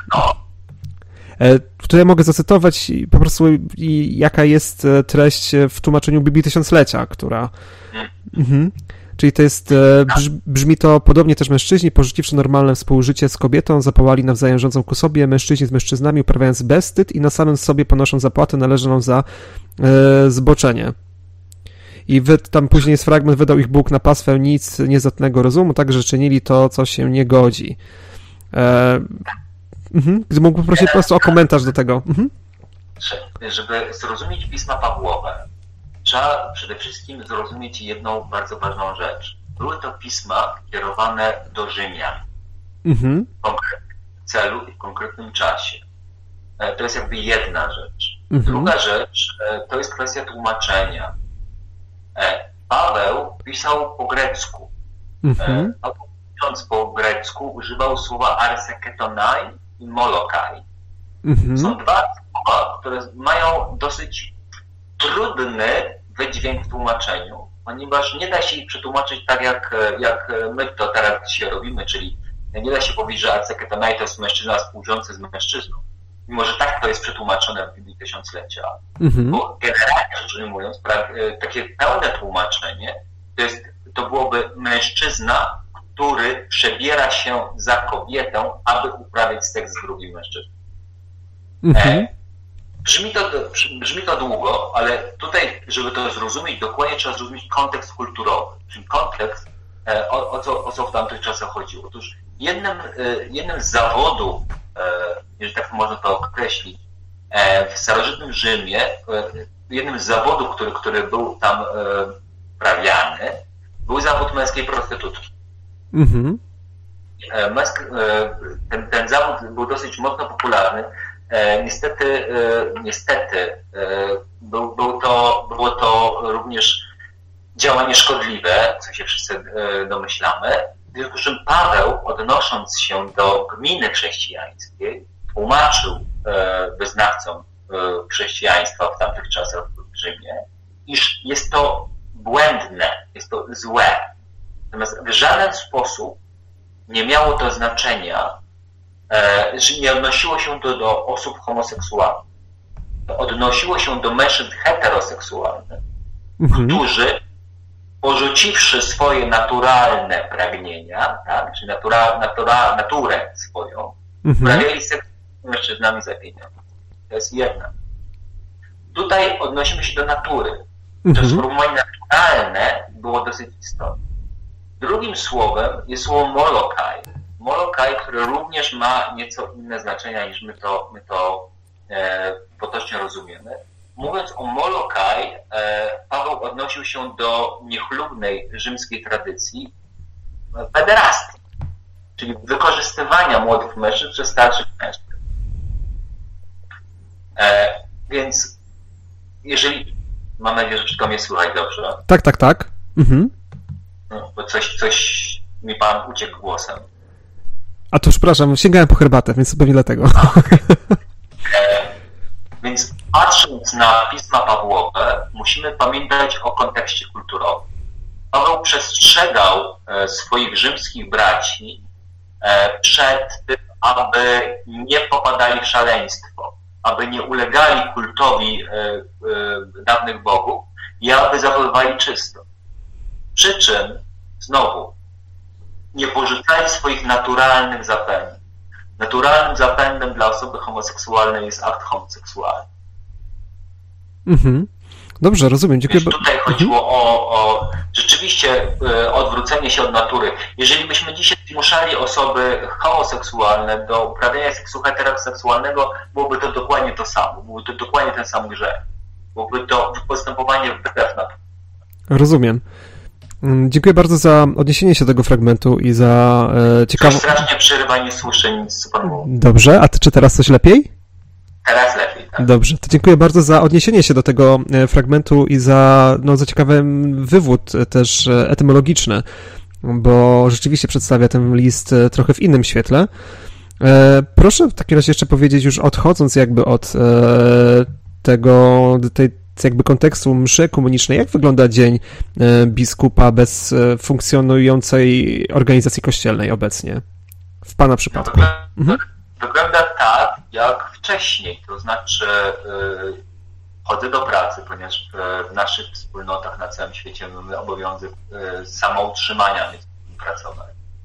Tutaj mogę zacytować po prostu i jaka jest treść w tłumaczeniu Biblii Tysiąclecia, która... Mhm. Czyli to jest, brzmi to podobnie też mężczyźni, porzuciwszy normalne współżycie z kobietą, zapołali nawzajem rządzą ku sobie, mężczyźni z mężczyznami, uprawiając bezwstyd i na samym sobie ponoszą zapłatę należną za e, zboczenie. I wy, tam później jest fragment, wydał ich Bóg na pastwę nic niezatnego rozumu, tak, że czynili to, co się nie godzi. E, Mhm. Gdy mógłbym prosić po prostu o komentarz do tego. Mhm. żeby zrozumieć pisma Pawłowe, trzeba przede wszystkim zrozumieć jedną bardzo ważną rzecz. Były to pisma kierowane do Rzymian Mhm. w konkretnym celu i w konkretnym czasie. To jest jakby jedna rzecz. Mhm. Druga rzecz to jest kwestia tłumaczenia. Paweł pisał po grecku. Mhm. A mówiąc po grecku używał słowa arseketonai i molokai. Mhm. Są dwa słowa, które mają dosyć trudny wydźwięk w tłumaczeniu, ponieważ nie da się ich przetłumaczyć tak, jak, jak my to teraz się robimy, czyli nie da się powiedzieć, że arseketonai to jest mężczyzna współżyjący z mężczyzną. Mimo że tak to jest przetłumaczone w Biblii Tysiąclecia, Mhm. bo generalnie rzecz ujmując, takie pełne tłumaczenie to, jest, to byłoby mężczyzna, który przebiera się za kobietę, aby uprawiać seks z drugim mężczyzną. Mhm. E, brzmi, to, brzmi to długo, ale tutaj, żeby to zrozumieć dokładnie, trzeba zrozumieć kontekst kulturowy, czyli kontekst, e, o, o, co, o co w tamtych czasach chodziło. Otóż jednym, e, jednym z zawodów, e, jeżeli tak można to określić, e, w starożytnym Rzymie, e, jednym z zawodów, który, który był tam e, uprawiany, był zawód męskiej prostytutki. Mhm. E, męsk, e, ten, ten zawód był dosyć mocno popularny. E, niestety, e, niestety e, był, był to, było to również działanie szkodliwe, co się wszyscy e, domyślamy. W związku z czym Paweł, odnosząc się do gminy chrześcijańskiej, tłumaczył e, wyznawcom e, chrześcijaństwa w tamtych czasach w Rzymie, iż jest to błędne, jest to złe. Natomiast w żaden sposób nie miało to znaczenia, że nie odnosiło się to do osób homoseksualnych. Odnosiło się do mężczyzn heteroseksualnych, Mhm. którzy porzuciwszy swoje naturalne pragnienia, tak, czy natura, natura, naturę swoją, Mhm. uprawiali seks z mężczyznami za pieniądze. To jest jedna. Tutaj odnosimy się do natury. To Mhm. sformułowanie naturalne było dosyć istotne. Drugim słowem jest słowo molokai. Molokai, które również ma nieco inne znaczenia niż my to, my to e, potocznie rozumiemy. Mówiąc o molokai, e, Paweł odnosił się do niechlubnej rzymskiej tradycji pederastii, czyli wykorzystywania młodych mężczyzn przez starszych mężczyzn. E, więc jeżeli, mam nadzieję, że wszystko mnie słychać dobrze, Tak, tak, tak. Mhm. no, bo coś, coś mi pan uciekł głosem. A to przepraszam, sięgałem po herbatę, więc pewnie dlatego. E, więc patrząc na pisma Pawłowe, musimy pamiętać o kontekście kulturowym. Paweł przestrzegał e, swoich rzymskich braci e, przed tym, aby nie popadali w szaleństwo, aby nie ulegali kultowi e, e, dawnych bogów i aby zachowywali czysto. Przy czym, znowu, nie porzucali swoich naturalnych zapędów. Naturalnym zapędem dla osoby homoseksualnej jest akt homoseksualny. Mhm. Dobrze, rozumiem. Dziękuję. Więc tutaj chodziło o, o rzeczywiście y, odwrócenie się od natury. Jeżeli byśmy dzisiaj zmuszali osoby homoseksualne do uprawiania seksu heteroseksualnego, byłoby to dokładnie to samo. Byłby to dokładnie ten sam grzech. Byłoby to postępowanie wbrew naturze. Rozumiem. Dziękuję bardzo za odniesienie się do tego fragmentu i za e, ciekawą... Strasznie przerywa, nie słyszę nic, co pan mówi. Dobrze, a ty, czy teraz coś lepiej? Teraz lepiej, tak? Dobrze, to dziękuję bardzo za odniesienie się do tego fragmentu i za, no, za ciekawy wywód też etymologiczny, bo rzeczywiście przedstawia ten list trochę w innym świetle. E, proszę w takim razie jeszcze powiedzieć, już odchodząc jakby od e, tego, tej jakby kontekstu mszy ekumenicznej, jak wygląda dzień biskupa bez funkcjonującej organizacji kościelnej obecnie w pana przypadku? No, mhm. Wygląda tak, jak wcześniej, to znaczy yy, chodzę do pracy, ponieważ w naszych wspólnotach na całym świecie mamy obowiązek yy, samoutrzymania pracować.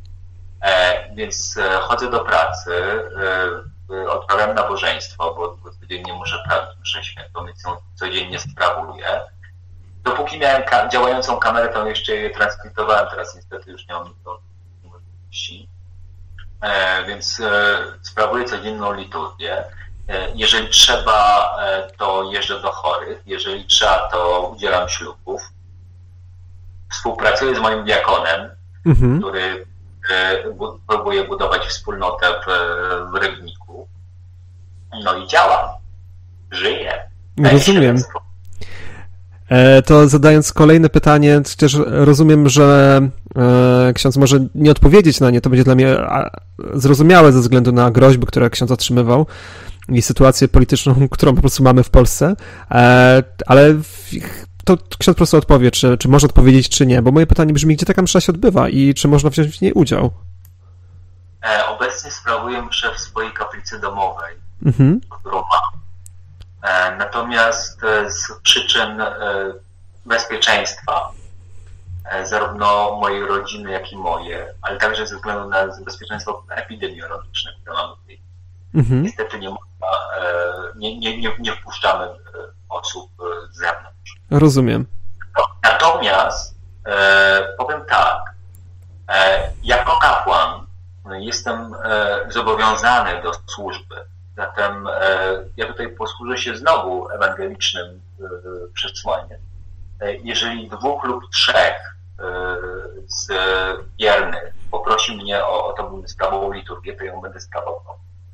E, więc e, chodzę do pracy, e, odprawiam nabożeństwo, bo, bo codziennie muszę prawić mszę świętą, więc ją codziennie sprawuję. Dopóki miałem ka- działającą kamerę, to jeszcze je transmitowałem, teraz niestety już nie mam to możliwości. E, więc e, sprawuję codzienną liturgię Jeżeli trzeba, to jeżdżę do chorych, jeżeli trzeba, to udzielam ślubów. Współpracuję z moim diakonem, mhm. który próbuje budować wspólnotę w, w Rybniku. No i działa. Żyje. Rozumiem. To zadając kolejne pytanie, też rozumiem, że e, ksiądz może nie odpowiedzieć na nie, to będzie dla mnie zrozumiałe ze względu na groźby, które ksiądz otrzymywał i sytuację polityczną, którą po prostu mamy w Polsce, e, ale w, to ksiądz po prostu odpowie, czy, czy może odpowiedzieć, czy nie, bo moje pytanie brzmi, gdzie taka msza się odbywa i czy można wziąć w niej udział? E, obecnie sprawuję mszę w swojej kaplicy domowej, mhm. którą mam. Natomiast z przyczyn bezpieczeństwa zarówno mojej rodziny, jak i moje, ale także ze względu na bezpieczeństwo epidemiologiczne, które mamy tutaj, mhm. niestety nie, można, nie, nie, nie, nie wpuszczamy osób z zewnątrz. Rozumiem. Natomiast powiem tak, jako kapłan jestem zobowiązany do służby. Zatem ja tutaj posłużę się znowu ewangelicznym przesłaniem. Jeżeli dwóch lub trzech z wiernych poprosi mnie o, o to, bym sprawował liturgię, to ją będę sprawował.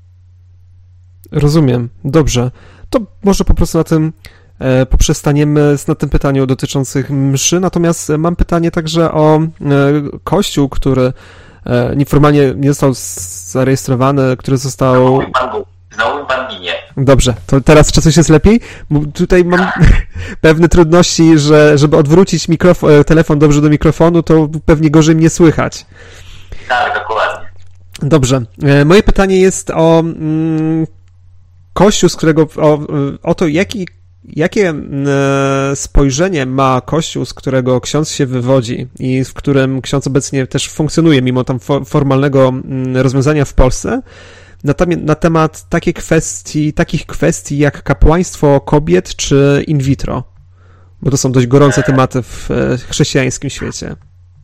Rozumiem. Dobrze. To może po prostu na tym poprzestaniemy na tym pytaniu dotyczących mszy. Natomiast mam pytanie także o kościół, który nieformalnie nie został zarejestrowany, który został... Znowu pan ginie. Dobrze, to teraz czy coś jest lepiej? Bo tutaj mam pewne trudności, że żeby odwrócić mikrofon, telefon dobrze do mikrofonu, to pewnie gorzej mnie słychać. Tak, dokładnie. Dobrze. Moje pytanie jest o mm, Kościół, z którego o, o to, jaki, jakie spojrzenie ma Kościół, z którego ksiądz się wywodzi i w którym ksiądz obecnie też funkcjonuje, mimo tam formalnego rozwiązania w Polsce, Na, tam, na temat takiej kwestii, takich kwestii jak kapłaństwo kobiet czy in vitro, bo to są dość gorące tematy w chrześcijańskim świecie.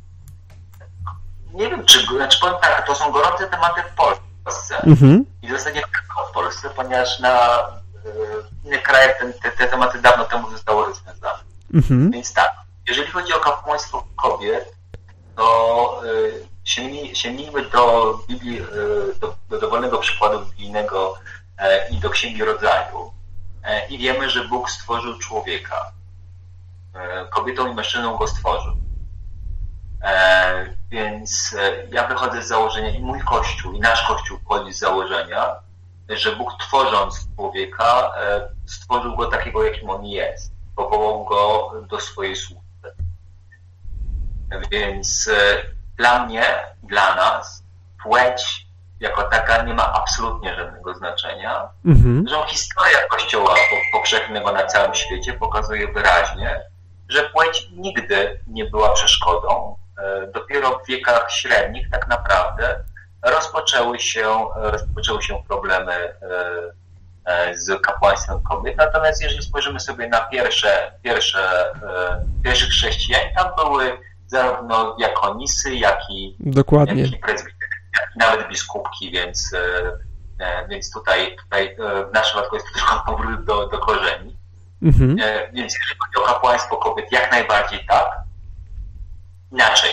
Nie wiem, czy, znaczy powiem tak, to są gorące tematy w Polsce mhm. i w zasadzie tylko w Polsce, ponieważ na y, innych krajach te, te, te tematy dawno temu zostały rozwiązane. Mhm. Więc tak, jeżeli chodzi o kapłaństwo kobiet, to y, Sięgnij, sięgnijmy do Biblii, do, do dowolnego przykładu biblijnego i do Księgi Rodzaju i wiemy, że Bóg stworzył człowieka. Kobietą i mężczyzną go stworzył. Więc ja wychodzę z założenia i mój Kościół, i nasz Kościół wychodzi z założenia, że Bóg tworząc człowieka stworzył go takiego, jakim on jest. Powołał go do swojej służby. Więc dla mnie, dla nas, płeć jako taka nie ma absolutnie żadnego znaczenia. Mhm. Zresztą historia Kościoła powszechnego na całym świecie pokazuje wyraźnie, że płeć nigdy nie była przeszkodą. Dopiero w wiekach średnich tak naprawdę rozpoczęły się, rozpoczęły się problemy z kapłaństwem kobiet. Natomiast jeżeli spojrzymy sobie na pierwsze, pierwsze, pierwszych chrześcijan, tam były zarówno diakonisy, jak i, Dokładnie. jak i prezbitery, jak i nawet biskupki, więc, więc tutaj, tutaj w naszym przypadku jest to tylko powrót do, do korzeni. Mhm. Więc jeżeli chodzi o kapłaństwo kobiet, jak najbardziej tak. Inaczej.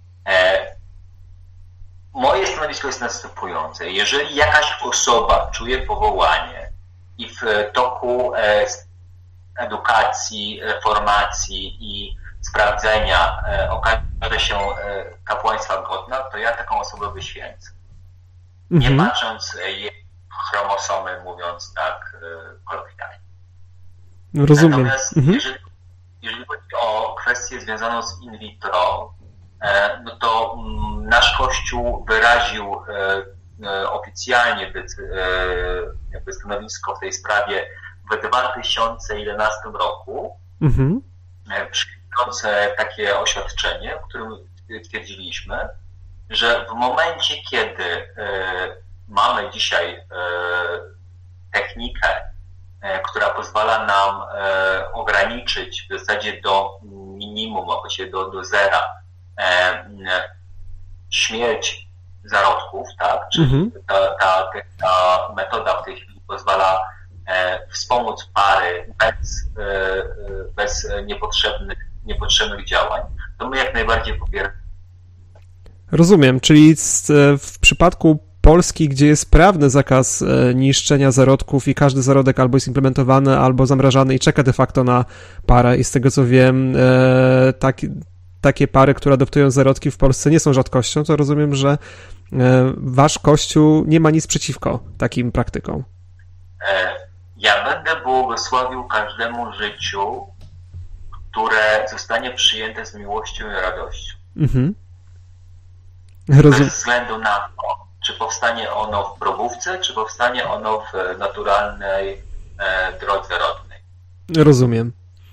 Moje stanowisko jest następujące. Jeżeli jakaś osoba czuje powołanie i w toku edukacji, formacji i sprawdzenia e, okaże się e, kapłaństwa godna, to ja taką osobę wyświęcę. Nie mhm. patrząc jej chromosomy, mówiąc tak e, kolokwialnie. Rozumiem. Natomiast mhm. jeżeli, jeżeli chodzi o kwestię związaną z in vitro, e, no to m, nasz Kościół wyraził e, e, oficjalnie e, jakby stanowisko w tej sprawie w dwa tysiące jedenastym roku. Mhm. E, takie oświadczenie, w którym twierdziliśmy, że w momencie, kiedy y, mamy dzisiaj y, technikę, y, która pozwala nam y, ograniczyć w zasadzie do minimum, albo się do, do zera y, y, śmierć zarodków, tak? Czyli mm-hmm. ta, ta, ta metoda w tej chwili pozwala wspomóc pary bez, bez niepotrzebnych, niepotrzebnych działań, to my jak najbardziej popieramy. Rozumiem, czyli w przypadku Polski, gdzie jest prawny zakaz niszczenia zarodków i każdy zarodek albo jest implementowany, albo zamrażany i czeka de facto na parę i z tego co wiem, tak, takie pary, które adoptują zarodki w Polsce nie są rzadkością, to rozumiem, że wasz Kościół nie ma nic przeciwko takim praktykom. Ja będę błogosławił każdemu życiu, które zostanie przyjęte z miłością i radością. Mhm. Rozum... Bez względu na to, czy powstanie ono w probówce, czy powstanie ono w naturalnej e, drodze rodnej. Rozumiem.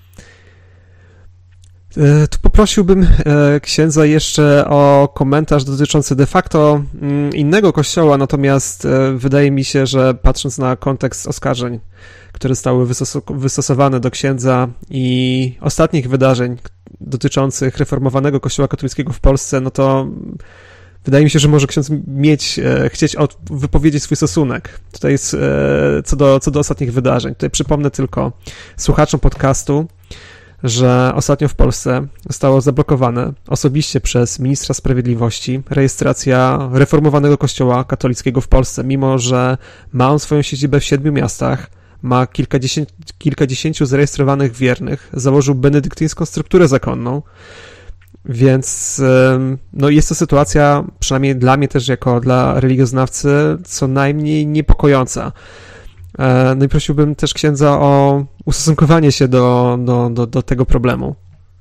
E, tu poprosiłbym e, księdza jeszcze o komentarz dotyczący de facto m, innego kościoła, natomiast e, wydaje mi się, że patrząc na kontekst oskarżeń, które zostały wystos- wystosowane do księdza i ostatnich wydarzeń dotyczących reformowanego kościoła katolickiego w Polsce, no to wydaje mi się, że może ksiądz mieć, e, chcieć od, wypowiedzieć swój stosunek. Tutaj jest e, co do, co do ostatnich wydarzeń. Tutaj przypomnę tylko słuchaczom podcastu, że ostatnio w Polsce zostało zablokowane osobiście przez ministra sprawiedliwości rejestracja reformowanego kościoła katolickiego w Polsce, mimo że ma on swoją siedzibę w siedmiu miastach, ma kilkadziesięciu, kilkadziesięciu zarejestrowanych wiernych, założył benedyktyńską strukturę zakonną, więc no jest to sytuacja, przynajmniej dla mnie też jako dla religioznawcy, co najmniej niepokojąca. No i prosiłbym też księdza o ustosunkowanie się do, do, do, do tego problemu.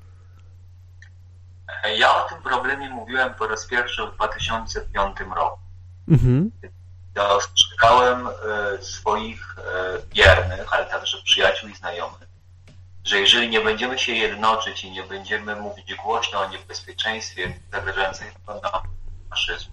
Ja o tym problemie mówiłem po raz pierwszy w dwa tysiące piątym roku. Mhm. Dostrzegałem swoich wiernych, ale także przyjaciół i znajomych, że jeżeli nie będziemy się jednoczyć i nie będziemy mówić głośno o niebezpieczeństwie zagrażającym nam faszyzmu,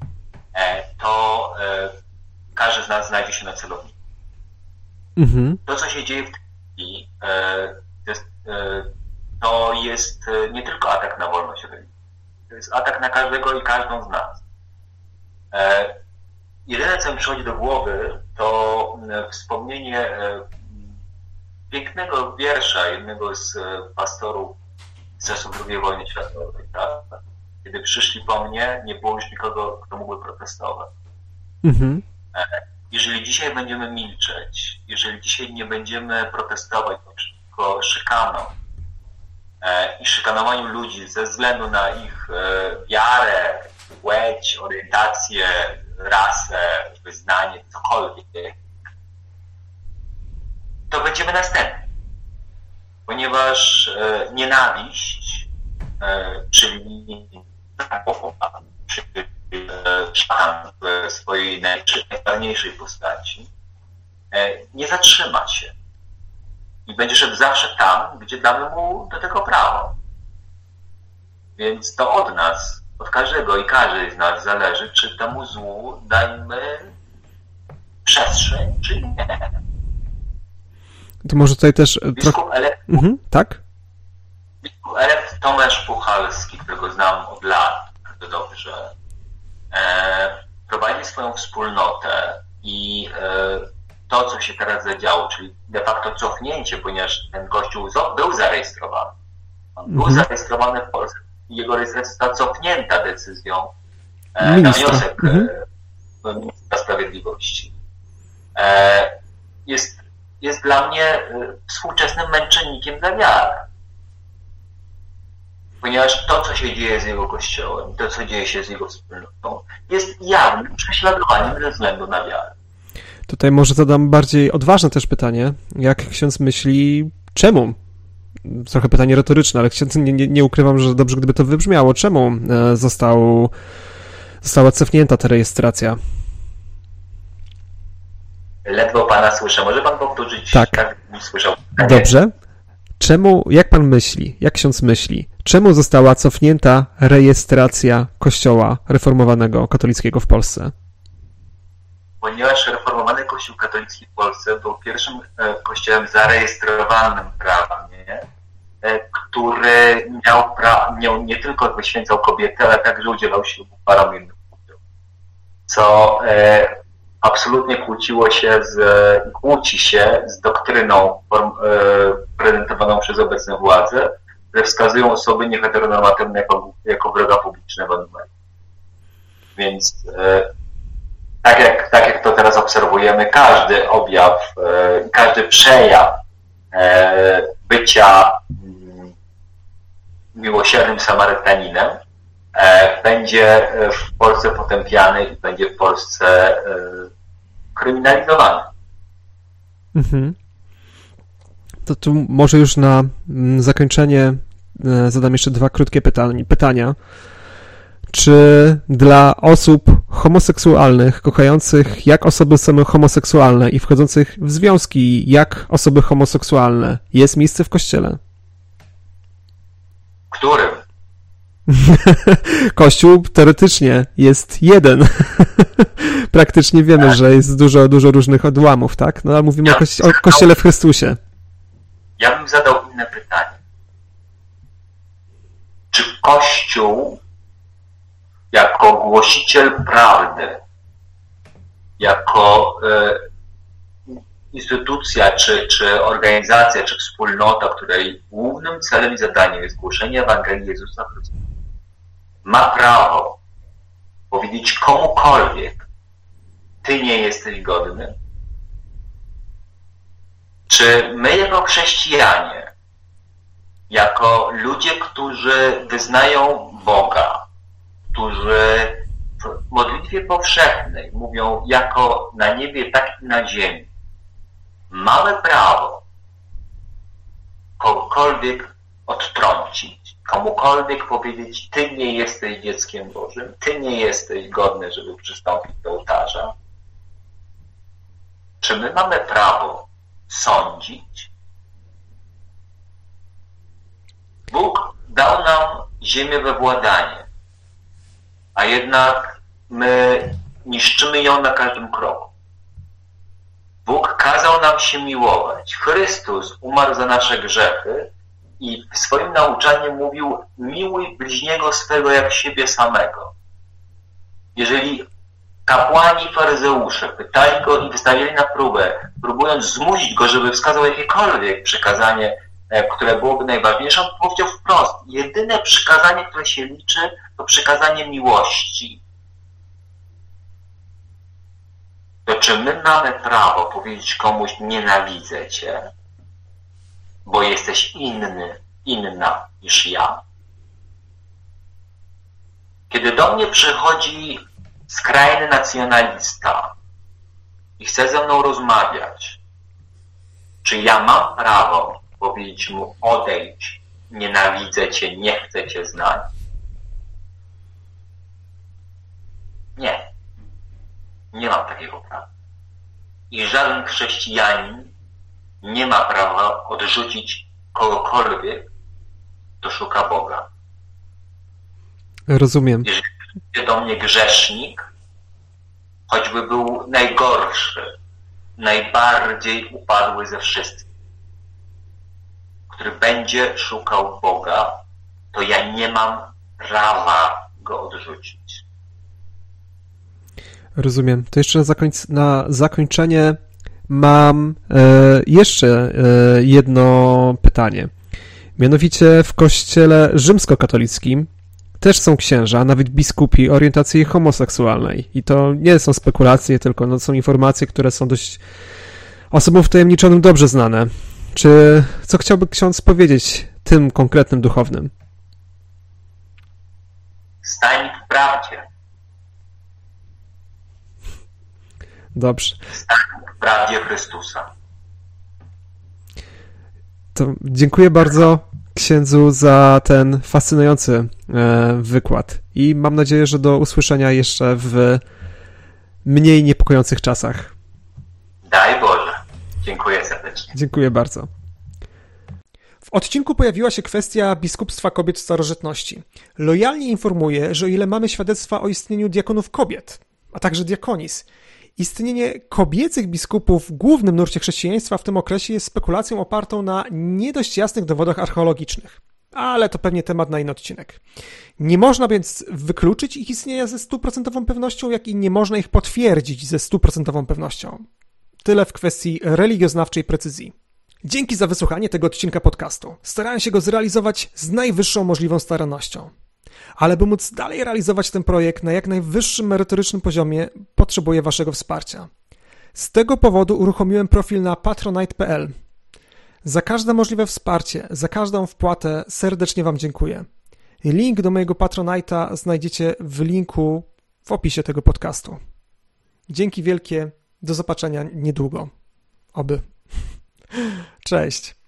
to każdy z nas znajdzie się na celowniku. Mhm. To, co się dzieje w tej chwili, to jest, to jest nie tylko atak na wolność religii, to jest atak na każdego i każdą z nas. Jedyne, co mi przychodzi do głowy, to wspomnienie pięknego wiersza jednego z pastorów z czasów drugiej wojny światowej. Tak? Kiedy przyszli po mnie, nie było już nikogo, kto mógłby protestować. Mhm. Jeżeli dzisiaj będziemy milczeć, jeżeli dzisiaj nie będziemy protestować przeciwko szykanom i szykanowaniu ludzi ze względu na ich wiarę, płeć, orientację, rasę, wyznanie, cokolwiek, to będziemy następni. Ponieważ e, nienawiść, e, czyli czyli e, szatan w swojej najczarniejszej postaci, e, nie zatrzyma się. I będzie szedł zawsze tam, gdzie damy mu do tego prawo. Więc to od nas, od każdego i każdej z nas zależy, czy temu złu dajmy przestrzeń, czy nie. To może tutaj też... Biskup elekt, mhm, tak? Biskup elekt Tomasz Puchalski, którego znam od lat, bardzo dobrze, e, prowadzi swoją wspólnotę i e, to, co się teraz zadziało, czyli de facto cofnięcie, ponieważ ten kościół był zarejestrowany. On mhm. był zarejestrowany w Polsce. Jego rejestracja została cofnięta decyzją e, na wniosek mhm. e, ministra sprawiedliwości. E, jest jest dla mnie współczesnym męczennikiem dla wiary. Ponieważ to, co się dzieje z jego kościołem, to, co dzieje się z jego wspólnotą, jest jawnym prześladowaniem ze względu na wiarę. Tutaj może zadam bardziej odważne też pytanie. Jak ksiądz myśli, czemu? Trochę pytanie retoryczne, ale ksiądz, nie, nie, nie ukrywam, że dobrze gdyby to wybrzmiało. Czemu został, została cofnięta ta rejestracja? Ledwo pana słyszę. Może pan powtórzyć? Tak. Tak nie słyszał. Dobrze. Czemu, jak pan myśli, jak ksiądz myśli, czemu została cofnięta rejestracja Kościoła Reformowanego Katolickiego w Polsce? Ponieważ Reformowany Kościół Katolicki w Polsce był pierwszym kościołem zarejestrowanym prawnie, który miał, pra- miał nie tylko wyświęcał kobiety, ale także udzielał ślubu parom innym. Co absolutnie kłóciło się z, kłóci się z doktryną form, e, prezentowaną przez obecne władze, które wskazują osoby nieheteronormatywne jako, jako wroga publicznego numeru. Więc e, tak, jak, tak jak to teraz obserwujemy, każdy objaw, e, każdy przejaw e, bycia mm, miłosiernym Samarytaninem e, będzie w Polsce potępiany i będzie w Polsce e, kryminalizowany. Mhm. To tu może już na zakończenie zadam jeszcze dwa krótkie pytania. pytania. Czy dla osób homoseksualnych, kochających jak osoby same homoseksualne i wchodzących w związki jak osoby homoseksualne jest miejsce w kościele? Którym? Kościół teoretycznie jest jeden. Praktycznie wiemy, tak, że jest dużo, dużo różnych odłamów, tak? No ale mówimy ja o, kości- o Kościele w Chrystusie. Ja bym zadał inne pytanie. Czy Kościół jako głosiciel prawdy, jako e, instytucja, czy, czy organizacja, czy wspólnota, której głównym celem i zadaniem jest głoszenie Ewangelii Jezusa Chrystusa, ma prawo powiedzieć komukolwiek, ty nie jesteś godny? Czy my jako chrześcijanie, jako ludzie, którzy wyznają Boga, którzy w modlitwie powszechnej mówią jako na niebie, tak i na ziemi, mamy prawo kogokolwiek odtrącić, komukolwiek powiedzieć, ty nie jesteś dzieckiem Bożym, ty nie jesteś godny, żeby przystąpić do ołtarza? Czy my mamy prawo sądzić? Bóg dał nam ziemię we władanie, a jednak my niszczymy ją na każdym kroku. Bóg kazał nam się miłować. Chrystus umarł za nasze grzechy i w swoim nauczaniu mówił: miłuj bliźniego swego jak siebie samego. Jeżeli kapłani i faryzeusze pytali go i wystawiali na próbę, próbując zmusić go, żeby wskazał jakiekolwiek przykazanie, które byłoby najważniejsze, on powiedział wprost: jedyne przykazanie, które się liczy, to przykazanie miłości. To czy my mamy prawo powiedzieć komuś: nienawidzę cię, bo jesteś inny, inna niż ja? Kiedy do mnie przychodzi skrajny nacjonalista i chce ze mną rozmawiać, czy ja mam prawo powiedzieć mu: odejdź, nienawidzę cię, nie chcę cię znać? Nie. Nie mam takiego prawa. I żaden chrześcijanin nie ma prawa odrzucić kogokolwiek, kto szuka Boga. Rozumiem. Jeżeli przyjdzie do mnie grzesznik, choćby był najgorszy, najbardziej upadły ze wszystkich, który będzie szukał Boga, to ja nie mam prawa go odrzucić. Rozumiem. To jeszcze na, zakońc- na zakończenie mam e, jeszcze e, jedno pytanie. Mianowicie w kościele rzymskokatolickim też są księża, nawet biskupi orientacji homoseksualnej. I to nie są spekulacje, tylko no, są informacje, które są dość osobom wtajemniczonym dobrze znane. Czy co chciałby ksiądz powiedzieć tym konkretnym duchownym? Stań w prawdzie. Dobrze. Stań w prawdzie Chrystusa. To dziękuję bardzo księdzu za ten fascynujący e, wykład i mam nadzieję, że do usłyszenia jeszcze w mniej niepokojących czasach. Daj Boże. Dziękuję serdecznie. Dziękuję bardzo. W odcinku pojawiła się kwestia biskupstwa kobiet w starożytności. Lojalnie informuję, że o ile mamy świadectwa o istnieniu diakonów kobiet, a także diakonis, istnienie kobiecych biskupów w głównym nurcie chrześcijaństwa w tym okresie jest spekulacją opartą na nie dość jasnych dowodach archeologicznych. ale to pewnie temat na inny odcinek. Nie można więc wykluczyć ich istnienia ze stuprocentową pewnością, jak i nie można ich potwierdzić ze stuprocentową pewnością. Tyle w kwestii religioznawczej precyzji. Dzięki za wysłuchanie tego odcinka podcastu. Starałem się go zrealizować z najwyższą możliwą starannością. Ale by móc dalej realizować ten projekt na jak najwyższym merytorycznym poziomie, potrzebuję waszego wsparcia. Z tego powodu uruchomiłem profil na patronite kropka p l. Za każde możliwe wsparcie, za każdą wpłatę serdecznie wam dziękuję. Link do mojego Patronite'a znajdziecie w linku w opisie tego podcastu. Dzięki wielkie, do zobaczenia niedługo. Oby. Cześć.